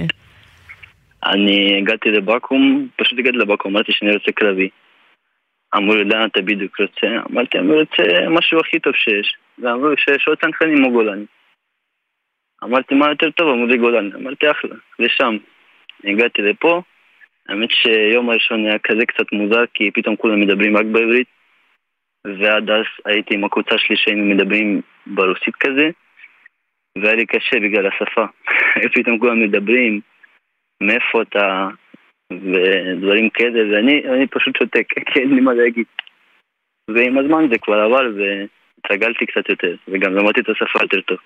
אני הגעתי לבקום, פשוט הגעתי לבקום, אמרתי שאני רוצה קרבי. אמרו לי, לאן אתה בדיוק רוצה? אמרתי, אני רוצה משהו הכי טוב שיש. ואמרו לי שיש עוד צנחנים או גולני. אמרתי, מה יותר טוב? אמרו לי גולני. אמרתי, אחלה, לשם. הגעתי לפה, האמת שיום הראשון היה כזה קצת מוזר, כי פתאום כולם מדברים רק בעברית, ועד אז הייתי עם הקבוצה שלי שהיינו מדברים ברוסית כזה, והיה לי קשה בגלל השפה. פתאום כולם מדברים, מאיפה אתה, ודברים כאלה, ואני אני פשוט שותק, כי אין לי מה להגיד. ועם הזמן זה כבר עבר, והתרגלתי קצת יותר, וגם למדתי את השפה יותר טוב.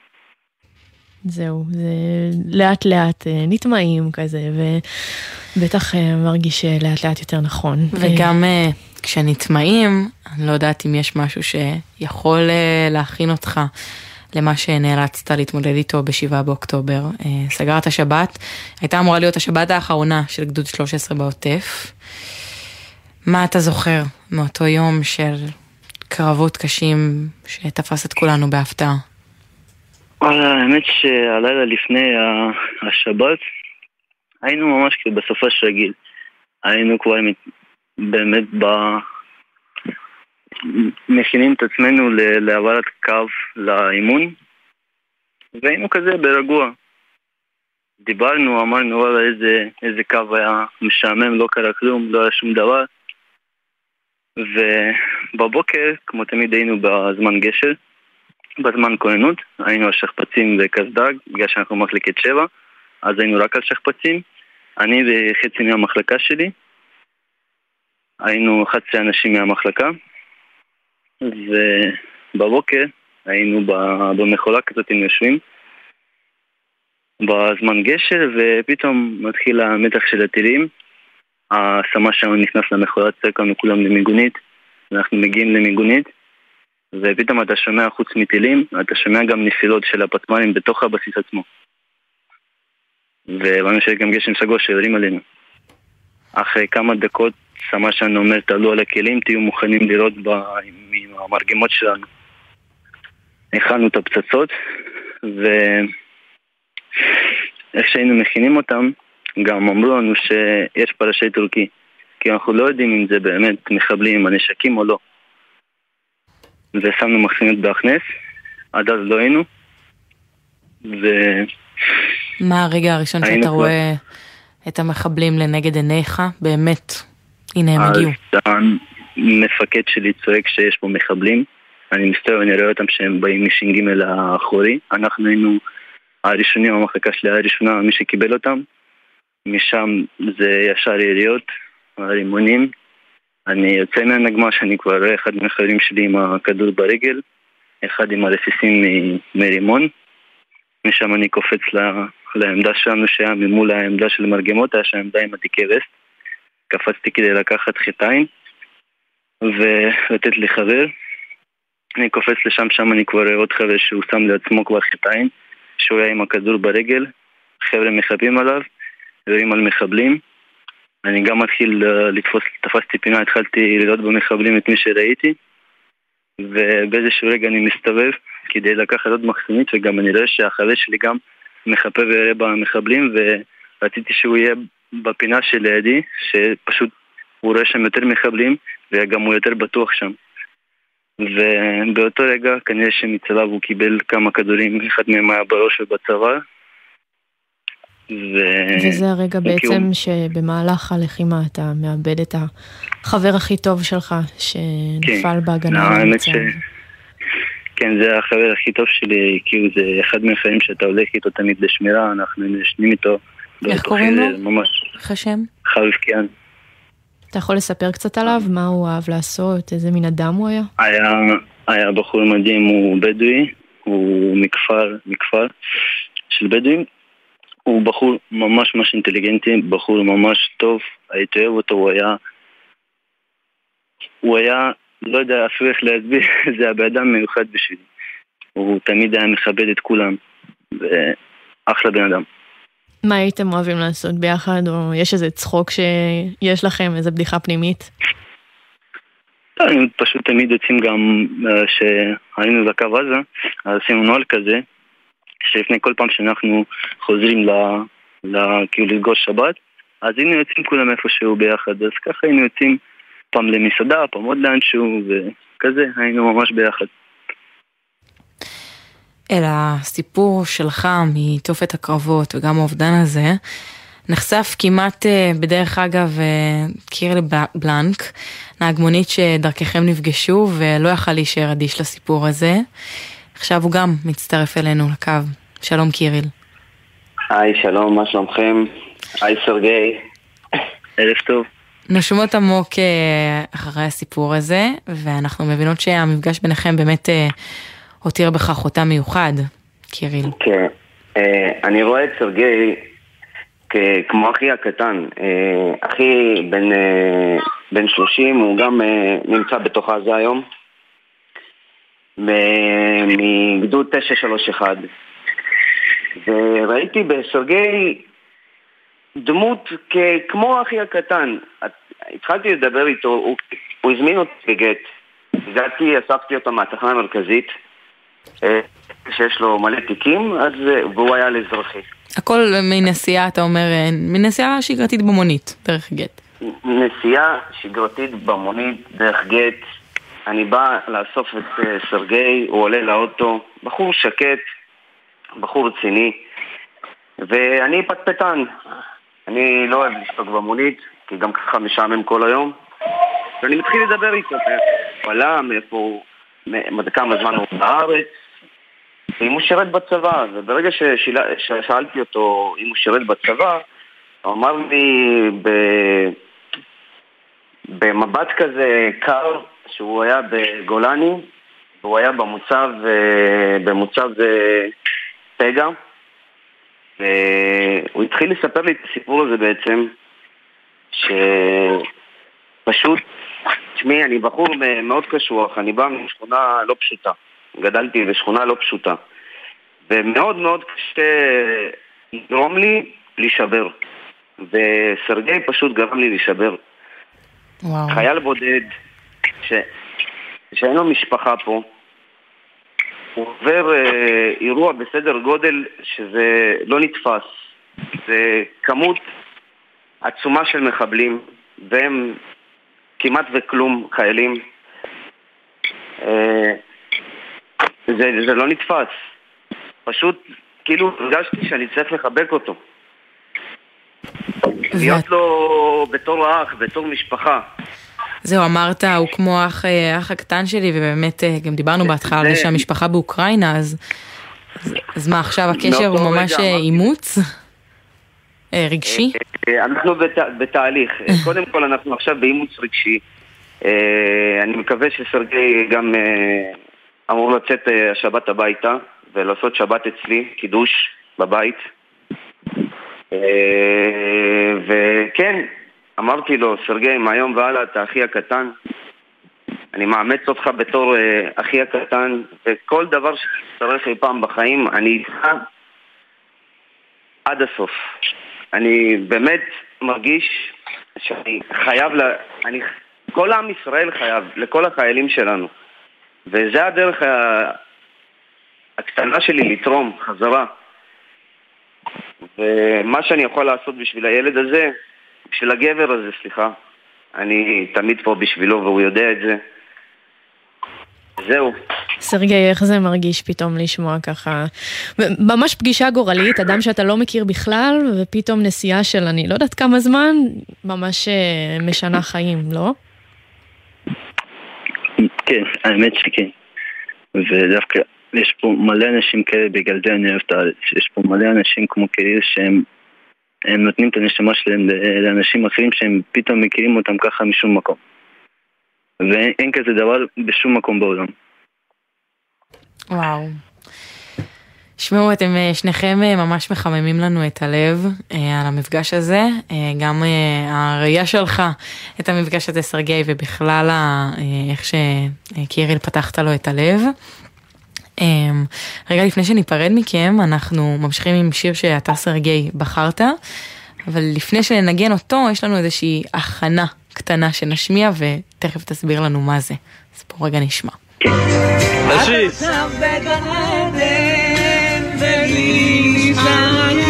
זהו, זה לאט לאט נטמעים כזה, ובטח מרגיש לאט לאט יותר נכון. וגם כשנטמעים, אני לא יודעת אם יש משהו שיכול להכין אותך, למה שנאלצת להתמודד איתו בשבעה באוקטובר. סגרת השבת, הייתה אמורה להיות השבת האחרונה של גדוד שלוש עשרה בעוטף. מה אתה זוכר מאותו יום של קרבות קשים שתפס את כולנו בהפתעה? האמת שהלילה לפני השבת היינו ממש כאילו בסופה של רגיל. היינו כבר באמת ב... מכינים את עצמנו להעברת קו לאימון, והיינו כזה ברגוע. דיברנו, אמרנו וואלה איזה, איזה קו היה משעמם, לא קרה כלום, לא היה שום דבר. ובבוקר, כמו תמיד היינו בזמן גשר, בזמן כוננות, היינו על שכפצים וקסדג, בגלל שאנחנו מחלקת שבע, אז היינו רק על שכפצים. אני וחצי מהמחלקה שלי, היינו אחת עשרה אנשים מהמחלקה, ובבוקר היינו במחולה כזאת עם יושבים, בזמן גשר, ופתאום מתחיל המתח של הטילים, הסמה שלנו נכנס למחולה, צועק לנו כולם למיגונית, אנחנו מגיעים למיגונית, ופתאום אתה שומע חוץ מטילים, אתה שומע גם נפילות של הפטמרים בתוך הבסיס עצמו. והבנו שיש גם גשם סגול שיורים עלינו. אחרי כמה דקות סמה שלנו אומר, תעלו על הכלים, תהיו מוכנים לראות עם המרגמות שלנו. הכנו את הפצצות, ואיך שהיינו מכינים אותם, גם אמרו לנו שיש פרשי טורקי, כי אנחנו לא יודעים אם זה באמת מחבלים עם הנשקים או לא. ושמנו מחסניות בהכנס, עד אז לא היינו. ו... מה הרגע הראשון שאתה כבר... רואה את המחבלים לנגד עיניך? באמת, הנה הם הגיעו. אז המפקד שלי צועק שיש פה מחבלים, אני מסתובב ואני רואה אותם שהם באים משינג' האחורי. אנחנו היינו הראשונים, המחלקה שלי הראשונה, מי שקיבל אותם. משם זה ישר יריות, הרימונים. אני יוצא מהנגמה שאני כבר רואה אחד מהחברים שלי עם הכדור ברגל, אחד עם הרסיסים מרימון. משם אני קופץ לעמדה שלנו שהיה ממול העמדה של מרגמות, היה שהעמדה עם עתיקי וסט. קפצתי כדי לקחת חיטיים ולתת לי חבר. אני קופץ לשם, שם אני כבר רואה עוד חבר שהוא שם לעצמו כבר חיטיים, שהוא היה עם הכדור ברגל. חבר'ה מחבים עליו, יורים על מחבלים. אני גם מתחיל לתפוס, תפסתי פינה, התחלתי לראות במחבלים את מי שראיתי, ובאיזשהו רגע אני מסתובב כדי לקחת עוד מחסנית, וגם אני רואה שהחבר שלי גם מחפה ויראה במחבלים, ורציתי שהוא יהיה בפינה שלידי, שפשוט הוא רואה שם יותר מחבלים, וגם הוא יותר בטוח שם. ובאותו רגע כנראה שמצלב הוא קיבל כמה כדורים, אחד מהם היה בראש ובצוואר. ו... וזה הרגע בעצם הוא... שבמהלך הלחימה אתה מאבד את החבר הכי טוב שלך שנפל כן. בהגנה. האמת ש... כן, זה החבר הכי טוב שלי, כי זה אחד מהחיים שאתה הולך איתו תמיד לשמירה, אנחנו נשנים איתו. איך קוראים לו? ממש. איך השם? חביב קיאן. אתה יכול לספר קצת עליו? מה הוא אהב לעשות? איזה מין אדם הוא היה? היה, היה בחור מדהים, הוא בדואי, הוא מכפר, מכפר של בדואים. הוא בחור ממש ממש אינטליגנטי, בחור ממש טוב, הייתי אוהב אותו, הוא היה, הוא היה, לא יודע אפילו איך להסביר, זה הבאדם מיוחד בשבילי. הוא תמיד היה מכבד את כולם, ואחלה בן אדם. מה הייתם אוהבים לעשות ביחד, או יש איזה צחוק שיש לכם, איזה בדיחה פנימית? אני פשוט תמיד יוצאים גם, שהיינו לקו עזה, אז עשינו נועל כזה, שלפני כל פעם שאנחנו חוזרים ל... ל... כאילו לגוש שבת, אז היינו יוצאים כולם איפשהו ביחד, אז ככה היינו יוצאים פעם למסעדה, פעם עוד לאנשהו, וכזה, היינו ממש ביחד. אל הסיפור שלך מתופת הקרבות וגם האובדן הזה, נחשף כמעט בדרך אגב קירל בלנק, נהג מונית שדרככם נפגשו ולא יכל להישאר אדיש לסיפור הזה. עכשיו הוא גם מצטרף אלינו לקו. שלום קיריל. היי, שלום, מה שלומכם? היי סרגי. ערב טוב. נשומות עמוק אחרי הסיפור הזה, ואנחנו מבינות שהמפגש ביניכם באמת הותיר בך חותם מיוחד, קיריל. כן, אני רואה את סרגי כמו אחי הקטן. אחי בן, בן שלושים, הוא גם נמצא בתוך עזה היום. מגדוד תשע שלוש אחת, וראיתי בסרגי דמות כמו אחי הקטן. התחלתי לדבר איתו, הוא, הוא הזמין אותי בגט, הגעתי, אספתי אותו מהתחנה המרכזית, שיש לו מלא תיקים, אז, והוא היה לאזרחי. הכל מנסיעה, אתה אומר, מנסיעה שגרתית במונית, דרך גט. נסיעה שגרתית במונית, דרך גט. אני בא לאסוף את סרגי, הוא עולה לאוטו, בחור שקט, בחור רציני, ואני פטפטן. אני לא אוהב לשתוק במונית, כי גם ככה משעמם כל היום. ואני מתחיל לדבר איתו, הוא עלה, מאיפה, כמה זמן הוא בארץ, אם הוא שירת בצבא. וברגע ששאלתי אותו אם הוא שירת בצבא, הוא אמר לי ב... במבט כזה קר שהוא היה בגולני, והוא היה במוצב, במוצב פגע, והוא התחיל לספר לי את הסיפור הזה בעצם, שפשוט, תשמעי, אני בחור מאוד קשוח, אני בא משכונה לא פשוטה, גדלתי בשכונה לא פשוטה, ומאוד מאוד קשה לגרום לי להישבר, וסרגי פשוט גרם לי להישבר. וואו. חייל בודד ש... שאין לו משפחה פה, הוא עובר אה, אירוע בסדר גודל שזה לא נתפס. זה כמות עצומה של מחבלים, והם כמעט וכלום חיילים. אה, זה, זה לא נתפס. פשוט כאילו הרגשתי שאני צריך לחבק אותו. להיות לו בתור אח, בתור משפחה. זהו, אמרת, הוא כמו אח, אח הקטן שלי, ובאמת גם דיברנו בהתחלה על זה שהמשפחה באוקראינה, אז, אז, אז מה עכשיו, הקשר הוא ממש אימוץ? רגשי? אנחנו בת, בתהליך. קודם כל אנחנו עכשיו באימוץ רגשי. אני מקווה שסרגי גם אמור לצאת השבת הביתה, ולעשות שבת אצלי, קידוש בבית. וכן, אמרתי לו, סרגי, מהיום והלאה אתה אחי הקטן, אני מאמץ אותך בתור אחי הקטן, וכל דבר שצריך אי פעם בחיים אני איתך עד הסוף. אני באמת מרגיש שאני חייב, לה, אני, כל עם ישראל חייב לכל החיילים שלנו, וזה הדרך הקטנה שלי לתרום חזרה. ומה שאני יכול לעשות בשביל הילד הזה, בשביל הגבר הזה, סליחה, אני תמיד פה בשבילו והוא יודע את זה. זהו. סרגי, איך זה מרגיש פתאום לשמוע ככה? ממש פגישה גורלית, אדם שאתה לא מכיר בכלל, ופתאום נסיעה של אני לא יודעת כמה זמן, ממש משנה חיים, לא? כן, האמת שכן. ודווקא יש פה מלא אנשים כאלה, בגלל זה אני אוהב את הארץ. יש פה מלא אנשים כמו קריל שהם הם נותנים את הנשמה שלהם לאנשים אחרים שהם פתאום מכירים אותם ככה משום מקום. ואין כזה דבר בשום מקום בעולם. וואו. שמעו, אתם שניכם ממש מחממים לנו את הלב על המפגש הזה. גם הראייה שלך את המפגש הזה, סרגי, ובכלל איך שקיריל פתחת לו את הלב. רגע לפני שניפרד מכם, אנחנו ממשיכים עם שיר שאתה סרגי בחרת, אבל לפני שנגן אותו יש לנו איזושהי הכנה קטנה שנשמיע ותכף תסביר לנו מה זה. אז פה רגע נשמע. נשי עכשיו בגן עדן ובלי שעיין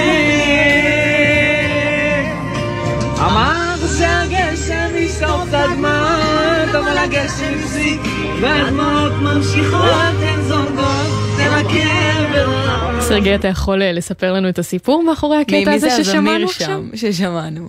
אמר שהגשם ישטוף את הדמעות אבל הגשם פסיק והדמעות ממשיכות הן זולגות ולקבר. סרגי, אתה יכול לספר לנו את הסיפור מאחורי הקטע הזה ששמענו שם? ששמענו.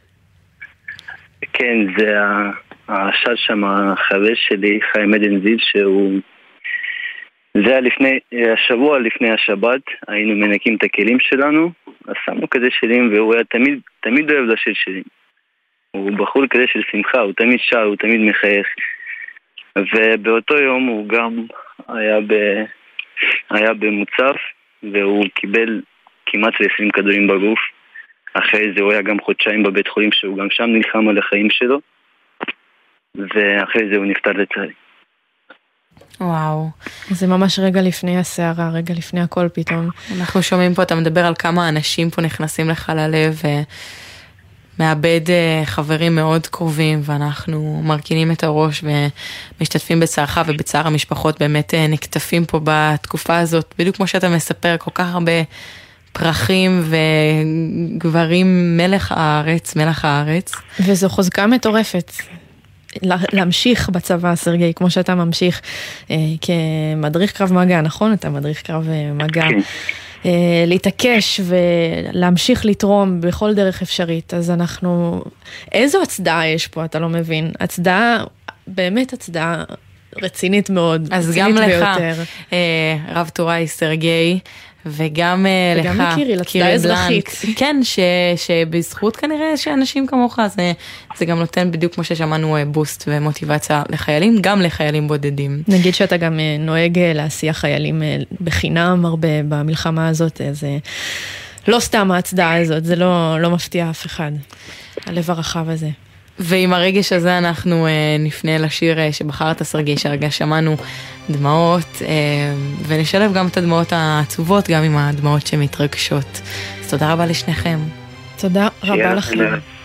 כן, זה השד שם, החבר שלי, חיים עדן זיו, שהוא... זה היה לפני, השבוע לפני השבת, היינו מנקים את הכלים שלנו, אז שמנו כזה שירים, והוא היה תמיד, תמיד אוהב לשיר שירים. הוא בחור כזה של שמחה, הוא תמיד שר, הוא תמיד מחייך. ובאותו יום הוא גם היה, ב... היה במוצף, והוא קיבל כמעט עשרים כדורים בגוף. אחרי זה הוא היה גם חודשיים בבית חולים, שהוא גם שם נלחם על החיים שלו, ואחרי זה הוא נפטר לצערי. וואו. זה ממש רגע לפני הסערה, רגע לפני הכל פתאום. אנחנו שומעים פה, אתה מדבר על כמה אנשים פה נכנסים לך ללב, מאבד חברים מאוד קרובים, ואנחנו מרכינים את הראש ומשתתפים בצערך ובצער המשפחות, באמת נקטפים פה בתקופה הזאת, בדיוק כמו שאתה מספר, כל כך הרבה פרחים וגברים מלך הארץ, מלך הארץ. וזו חוזקה מטורפת. להמשיך בצבא, סרגי, כמו שאתה ממשיך אה, כמדריך קרב מגע, נכון? אתה מדריך קרב מגע. אה, להתעקש ולהמשיך לתרום בכל דרך אפשרית. אז אנחנו... איזו הצדעה יש פה, אתה לא מבין? הצדעה, באמת הצדעה רצינית מאוד. אז רצינית גם לך, ביותר. אה, רב תוראי סרגי, וגם, וגם לך, לקירי, לצדה אזרחית. כן, ש, שבזכות כנראה שאנשים כמוך, זה, זה גם נותן בדיוק כמו ששמענו בוסט ומוטיבציה לחיילים, גם לחיילים בודדים. נגיד שאתה גם נוהג להסיע חיילים בחינם הרבה במלחמה הזאת, זה לא סתם ההצדעה הזאת, זה לא, לא מפתיע אף אחד, הלב הרחב הזה. ועם הרגש הזה אנחנו אה, נפנה לשיר אה, שבחרת סרגי, שהרגע שמענו דמעות, אה, ונשלב גם את הדמעות העצובות, גם עם הדמעות שמתרגשות. אז תודה רבה לשניכם. תודה רבה לכם.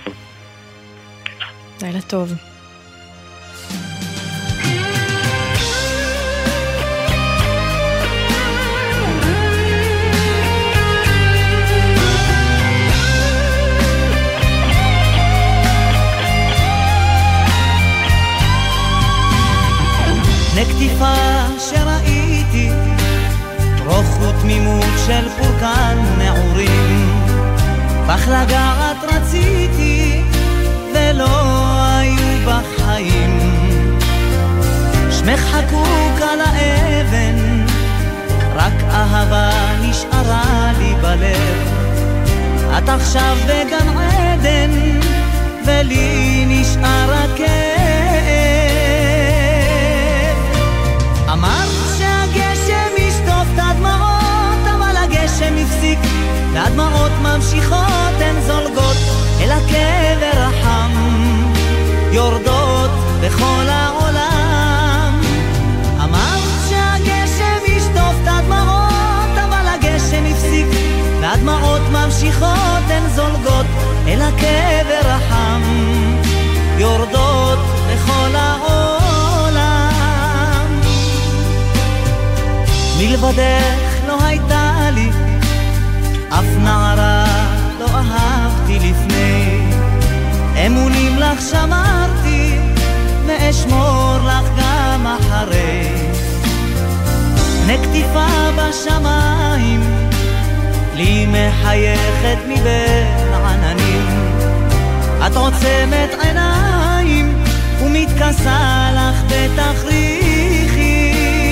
לילה טוב. נקטיפה שראיתי רוך ותמימות של פורקן נעורים בך לגעת רציתי ולא היו בחיים שמך חקוק על האבן רק אהבה נשארה לי בלב את עכשיו בגן עדן ולי נשאר הכאב אמרת שהגשם ישטוף את הדמעות אבל הגשם הפסיק והדמעות ממשיכות הן זולגות אל הקבר החם יורדות בכל העולם אמרת שהגשם ישטוף את הדמעות אבל הגשם הפסיק והדמעות ממשיכות הן זולגות אל הקבר החם יורדות בכל העולם מלבדך לא הייתה לי אף נערה לא אהבתי לפני אמונים לך שמרתי ואשמור לך גם אחרי נקטיפה בשמיים לי מחייכת מבין עננים את עוצמת עיניים ומתכסה לך בתכריכים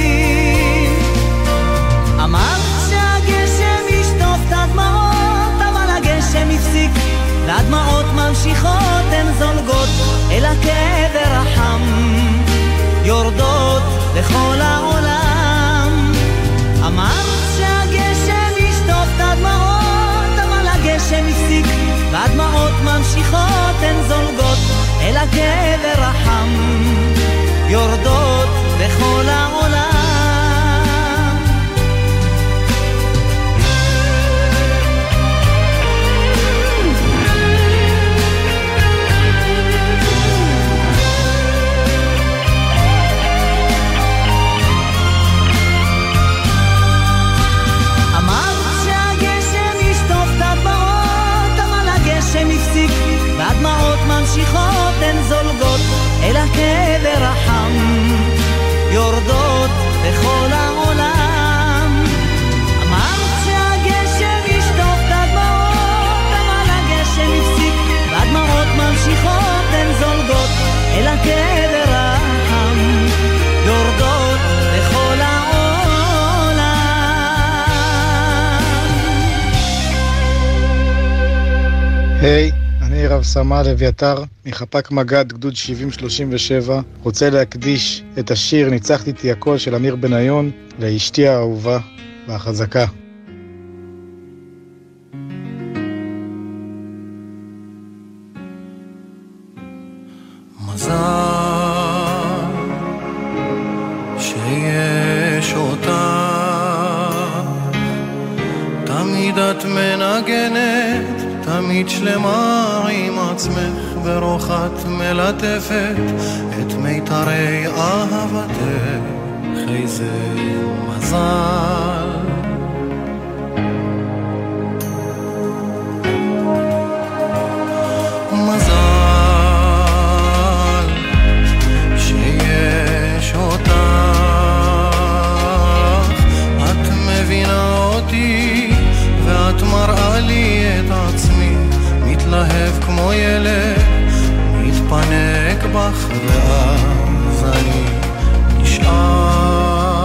אמרת שהגשם ישטוף את הדמעות אבל הגשם הפסיק והדמעות ממשיכות הן זולגות אל הקבר החם יורדות לכל העולם אמרת שהגשם ישטוף את הדמעות אבל הגשם הפסיק והדמעות ממשיכות הן זולגות אל הקבר החם יורדות לכל העולם והדמעות ממשיכות הן זולגות אל הקבר החם יורדות בכל העולם אמרת שהגשם ישטוף את הדמעות אבל הגשם הפסיק והדמעות ממשיכות הן זולגות אל הקבר החם יורדות בכל העולם היי hey. אני רב סמל אביתר מחפ"ק מג"ד גדוד שבעים שלושים ושבע רוצה להקדיש את השיר ניצחתי איתי הכל של אמיר בניון לאשתי האהובה והחזקה. מזל שיש אותה תמיד את מנגנת תמיד היית שלמה עם עצמך ברוחת מלטפת את מיתרי אהבתך, איזה מזל. מזל שיש אותך, את מבינה אותי ואת מראה לי את עצמי, מתלהב כמו ילד, מתפנק בך ואז אני נשאר.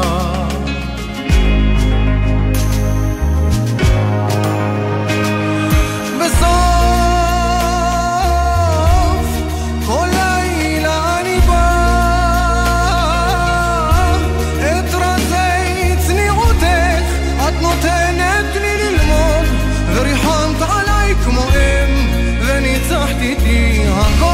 בסוף כל לילה אני בא, את רזי צניעותך את נותנת לי ללמוד, וריחמת עליי כמו אם וניצחת איתי הכל.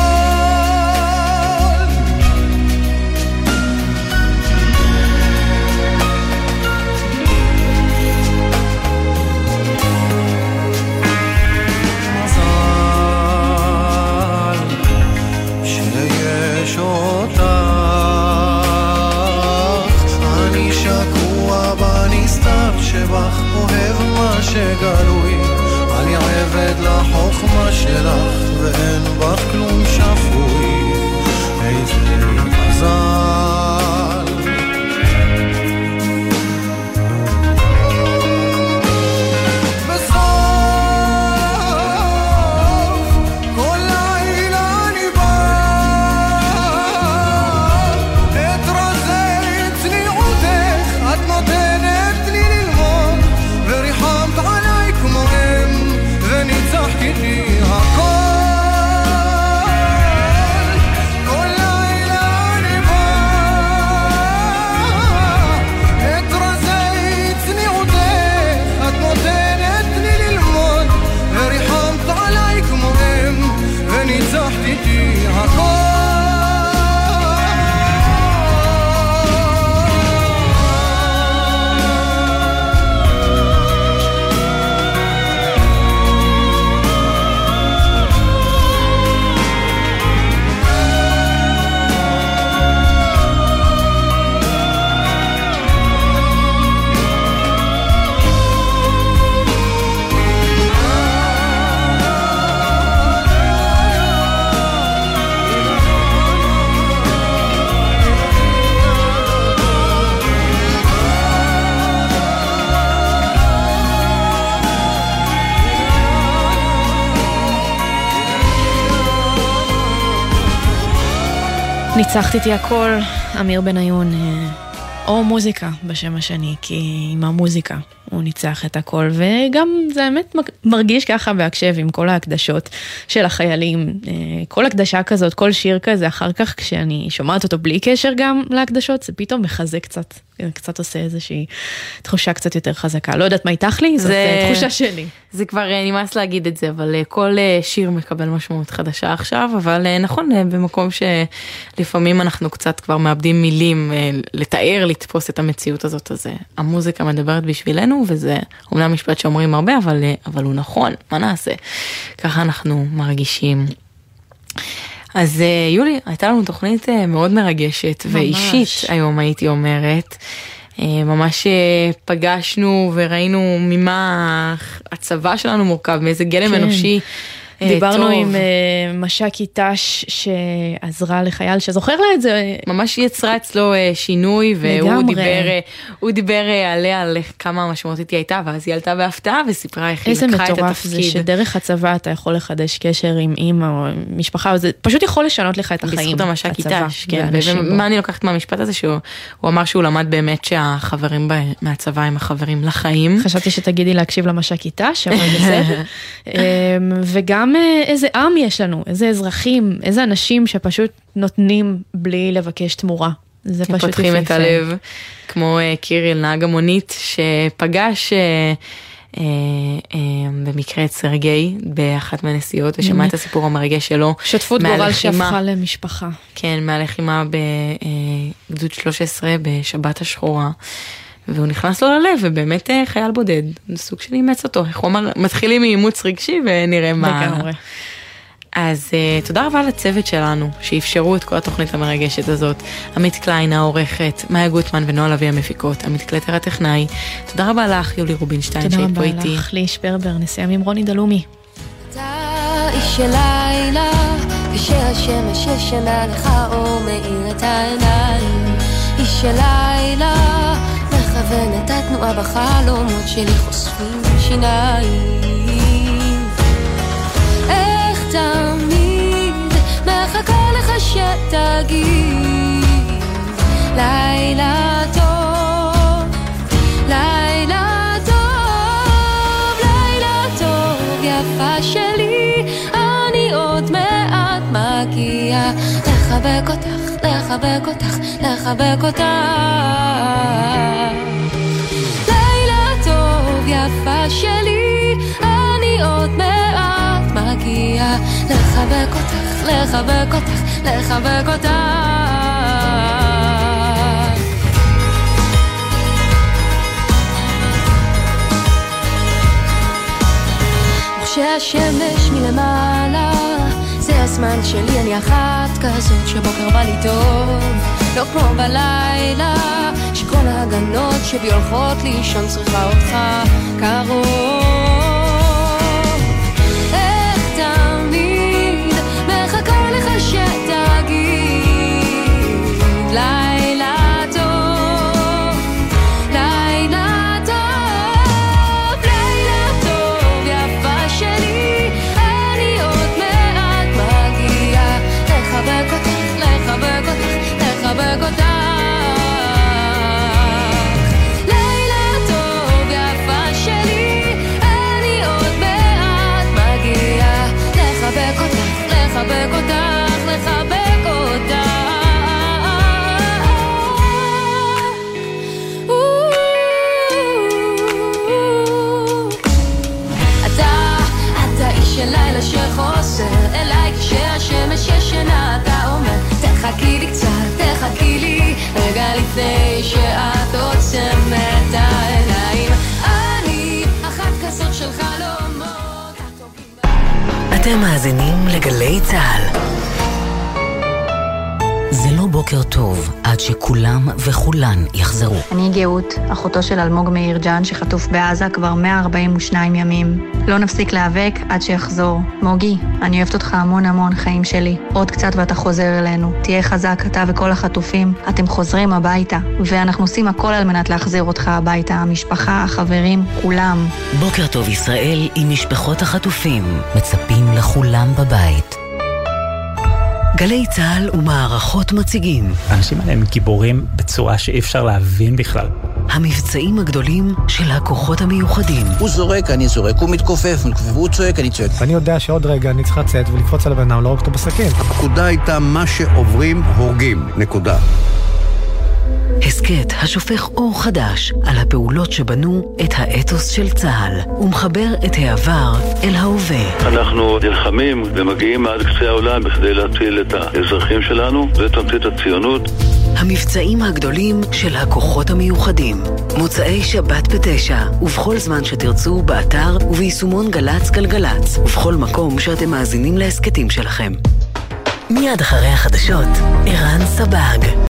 שבך אוהב מה שגלוי, אני עבד לחוכמה שלך ואין בך כלום שפוי, איזה מזל. בסוף כל לילה אני בא, את רזי צניעותך את נותנת לי ללמוד, וריחמת עליי כמו אם וניצחת איתי הכל. כל לילה אני בא, את רזי צניעותך את נותנת לי ללמוד, וריחמת עליי כמו אם וניצחת איתי הכל. ניצחת איתי הכל, אמיר בניון, או מוזיקה בשם השני, כי עם המוזיקה הוא ניצח את הכל, וגם זה האמת מרגיש ככה בהקשב עם כל ההקדשות של החיילים, כל הקדשה כזאת, כל שיר כזה, אחר כך כשאני שומעת אותו בלי קשר גם להקדשות, זה פתאום מחזק קצת, קצת עושה איזושהי תחושה קצת יותר חזקה. לא יודעת מה איתך לי, זאת תחושה שלי. זה כבר נמאס להגיד את זה, אבל כל שיר מקבל משמעות חדשה עכשיו, אבל נכון, במקום שלפעמים אנחנו קצת כבר מאבדים מילים לתאר, לתפוס את המציאות הזאת, אז המוזיקה מדברת בשבילנו, וזה אומנם משפט שאומרים הרבה, אבל, אבל הוא נכון, מה נעשה? ככה אנחנו מרגישים. אז יולי, הייתה לנו תוכנית מאוד מרגשת ממש. ואישית היום הייתי אומרת, ממש פגשנו וראינו ממה הצבא שלנו מורכב, מאיזה גלם כן. אנושי דיברנו טוב. עם מש"קי ת"ש שעזרה לחייל שזוכר לה את זה. ממש יצרה אצלו שינוי, והוא דיבר, הוא דיבר עליה על כמה משמעותית היא הייתה, ואז היא עלתה בהפתעה וסיפרה איך היא לקחה את התפקיד. איזה מטורף זה שדרך הצבא אתה יכול לחדש קשר עם אמא או משפחה, זה פשוט יכול לשנות לך את החיים. בזכות המש"קי ת"ש, כן. ומה אני לוקחת מהמשפט הזה, שהוא אמר שהוא למד באמת שהחברים מהצבא הם החברים לחיים. חשבתי שתגידי להקשיב למש"קי ת"ש, אבל בסדר. וגם איזה עם יש לנו, איזה אזרחים, איזה אנשים שפשוט נותנים בלי לבקש תמורה. זה פשוט יפהפה. פותחים את הלב, כמו קיריל, נהג המונית, שפגש במקרה את סרגי באחת מהנסיעות, ושמע את הסיפור המרגש שלו. שותפות גורל שהפכה למשפחה. כן, מהלחימה בגדוד שלוש עשרה בשבת השחורה. והוא נכנס לו ללב, ובאמת חייל בודד, זה סוג של אימץ אותו, איך הוא אמר, מתחילים מאימוץ רגשי ונראה מה... לגמרי. אז uh, תודה רבה לצוות שלנו, שאפשרו את כל התוכנית המרגשת הזאת, עמית קליין העורכת, מאיה גוטמן ונועה לוי המפיקות, עמית קלטר הטכנאי, תודה רבה לך יולי רובינשטיין שהיית פה איתי. תודה רבה לך לי שפרבר, נסיים עם רוני דלומי. אתה איש של לילה, כשהשמש ישנה לך אור מאיר את העיניים, איש של לילה, מכוון את התנועה בחלומות שלי חושפים שיניים, איך תמיד מחכה לך שתגיד לילה טוב, לילה טוב, לילה טוב יפה שלי, אני עוד מעט מגיע לחבק אותך, לחבק אותך, לחבק אותך, לילה טוב יפה שלי, אני עוד מעט מגיע לחבק אותך, לחבק אותך, לחבק אותך. כשהשמש מלמעלה זה הזמן שלי, אני אחת כזאת שבוקר בא לי טוב, לא כמו בלילה שכל ההגנות שבי הולכות לישון, צריכה אותך קרוב, איך תמיד מחכה לך שתגיד לילה טוב, לילה טוב, לילה טוב יפה שלי, אני עוד מעט מגיע לחבק אותך, לחבק אותך, לחבק אותך, לילה טוב יפה שלי, אני עוד מעט מגיע לחבק אותך, לחבק אותך, לחבק אותך. אתה, אתה איש של לילה שחוסר אליי כשהשמש ישנה, אתה אומר תחכי לי קצת, תחכי לי רגע לפני שאת עוצמת העיניים, אני אחת כזאת של חלומות. אתם מאזינים לגלי צהל. זה לא בוקר טוב עד שכולם וכולן יחזרו. אני גאות, אחותו של אלמוג מאיר ג'אן שחטוף בעזה כבר מאה ארבעים ושניים ימים. לא נפסיק להיאבק עד שיחזור. מוגי, אני אוהבת אותך המון המון, חיים שלי. עוד קצת ואתה חוזר אלינו. תהיה חזק, אתה וכל החטופים. אתם חוזרים הביתה, ואנחנו עושים הכל על מנת להחזיר אותך הביתה. המשפחה, החברים, כולם. בוקר טוב ישראל עם משפחות החטופים. מצפים לכולם בבית. גלי צהל ומערכות מציגים. האנשים האלה הם גיבורים בצורה שאי אפשר להבין בכלל. המבצעים הגדולים של הכוחות המיוחדים. הוא זורק, אני זורק, הוא מתכופף, והוא צועק, אני צועק. ואני יודע שעוד רגע אני צריך לצאת ולקפוץ על הבן אדם, לא רק אותו בסכין. הפקודה הייתה מה שעוברים הורגים, נקודה. הסקט השופך אור חדש על הפעולות שבנו את האתוס של צה"ל ומחבר את העבר אל ההווה. אנחנו נלחמים ומגיעים עד קצה העולם בכדי להציל את האזרחים שלנו, זה תמצית הציונות. המבצעים הגדולים של הכוחות המיוחדים. מוצאי שבת בתשע ובכל זמן שתרצו באתר וביישומון גלץ גלגלץ ובכל מקום שאתם מאזינים להסקטים שלכם. מיד אחרי החדשות, ערן סבג.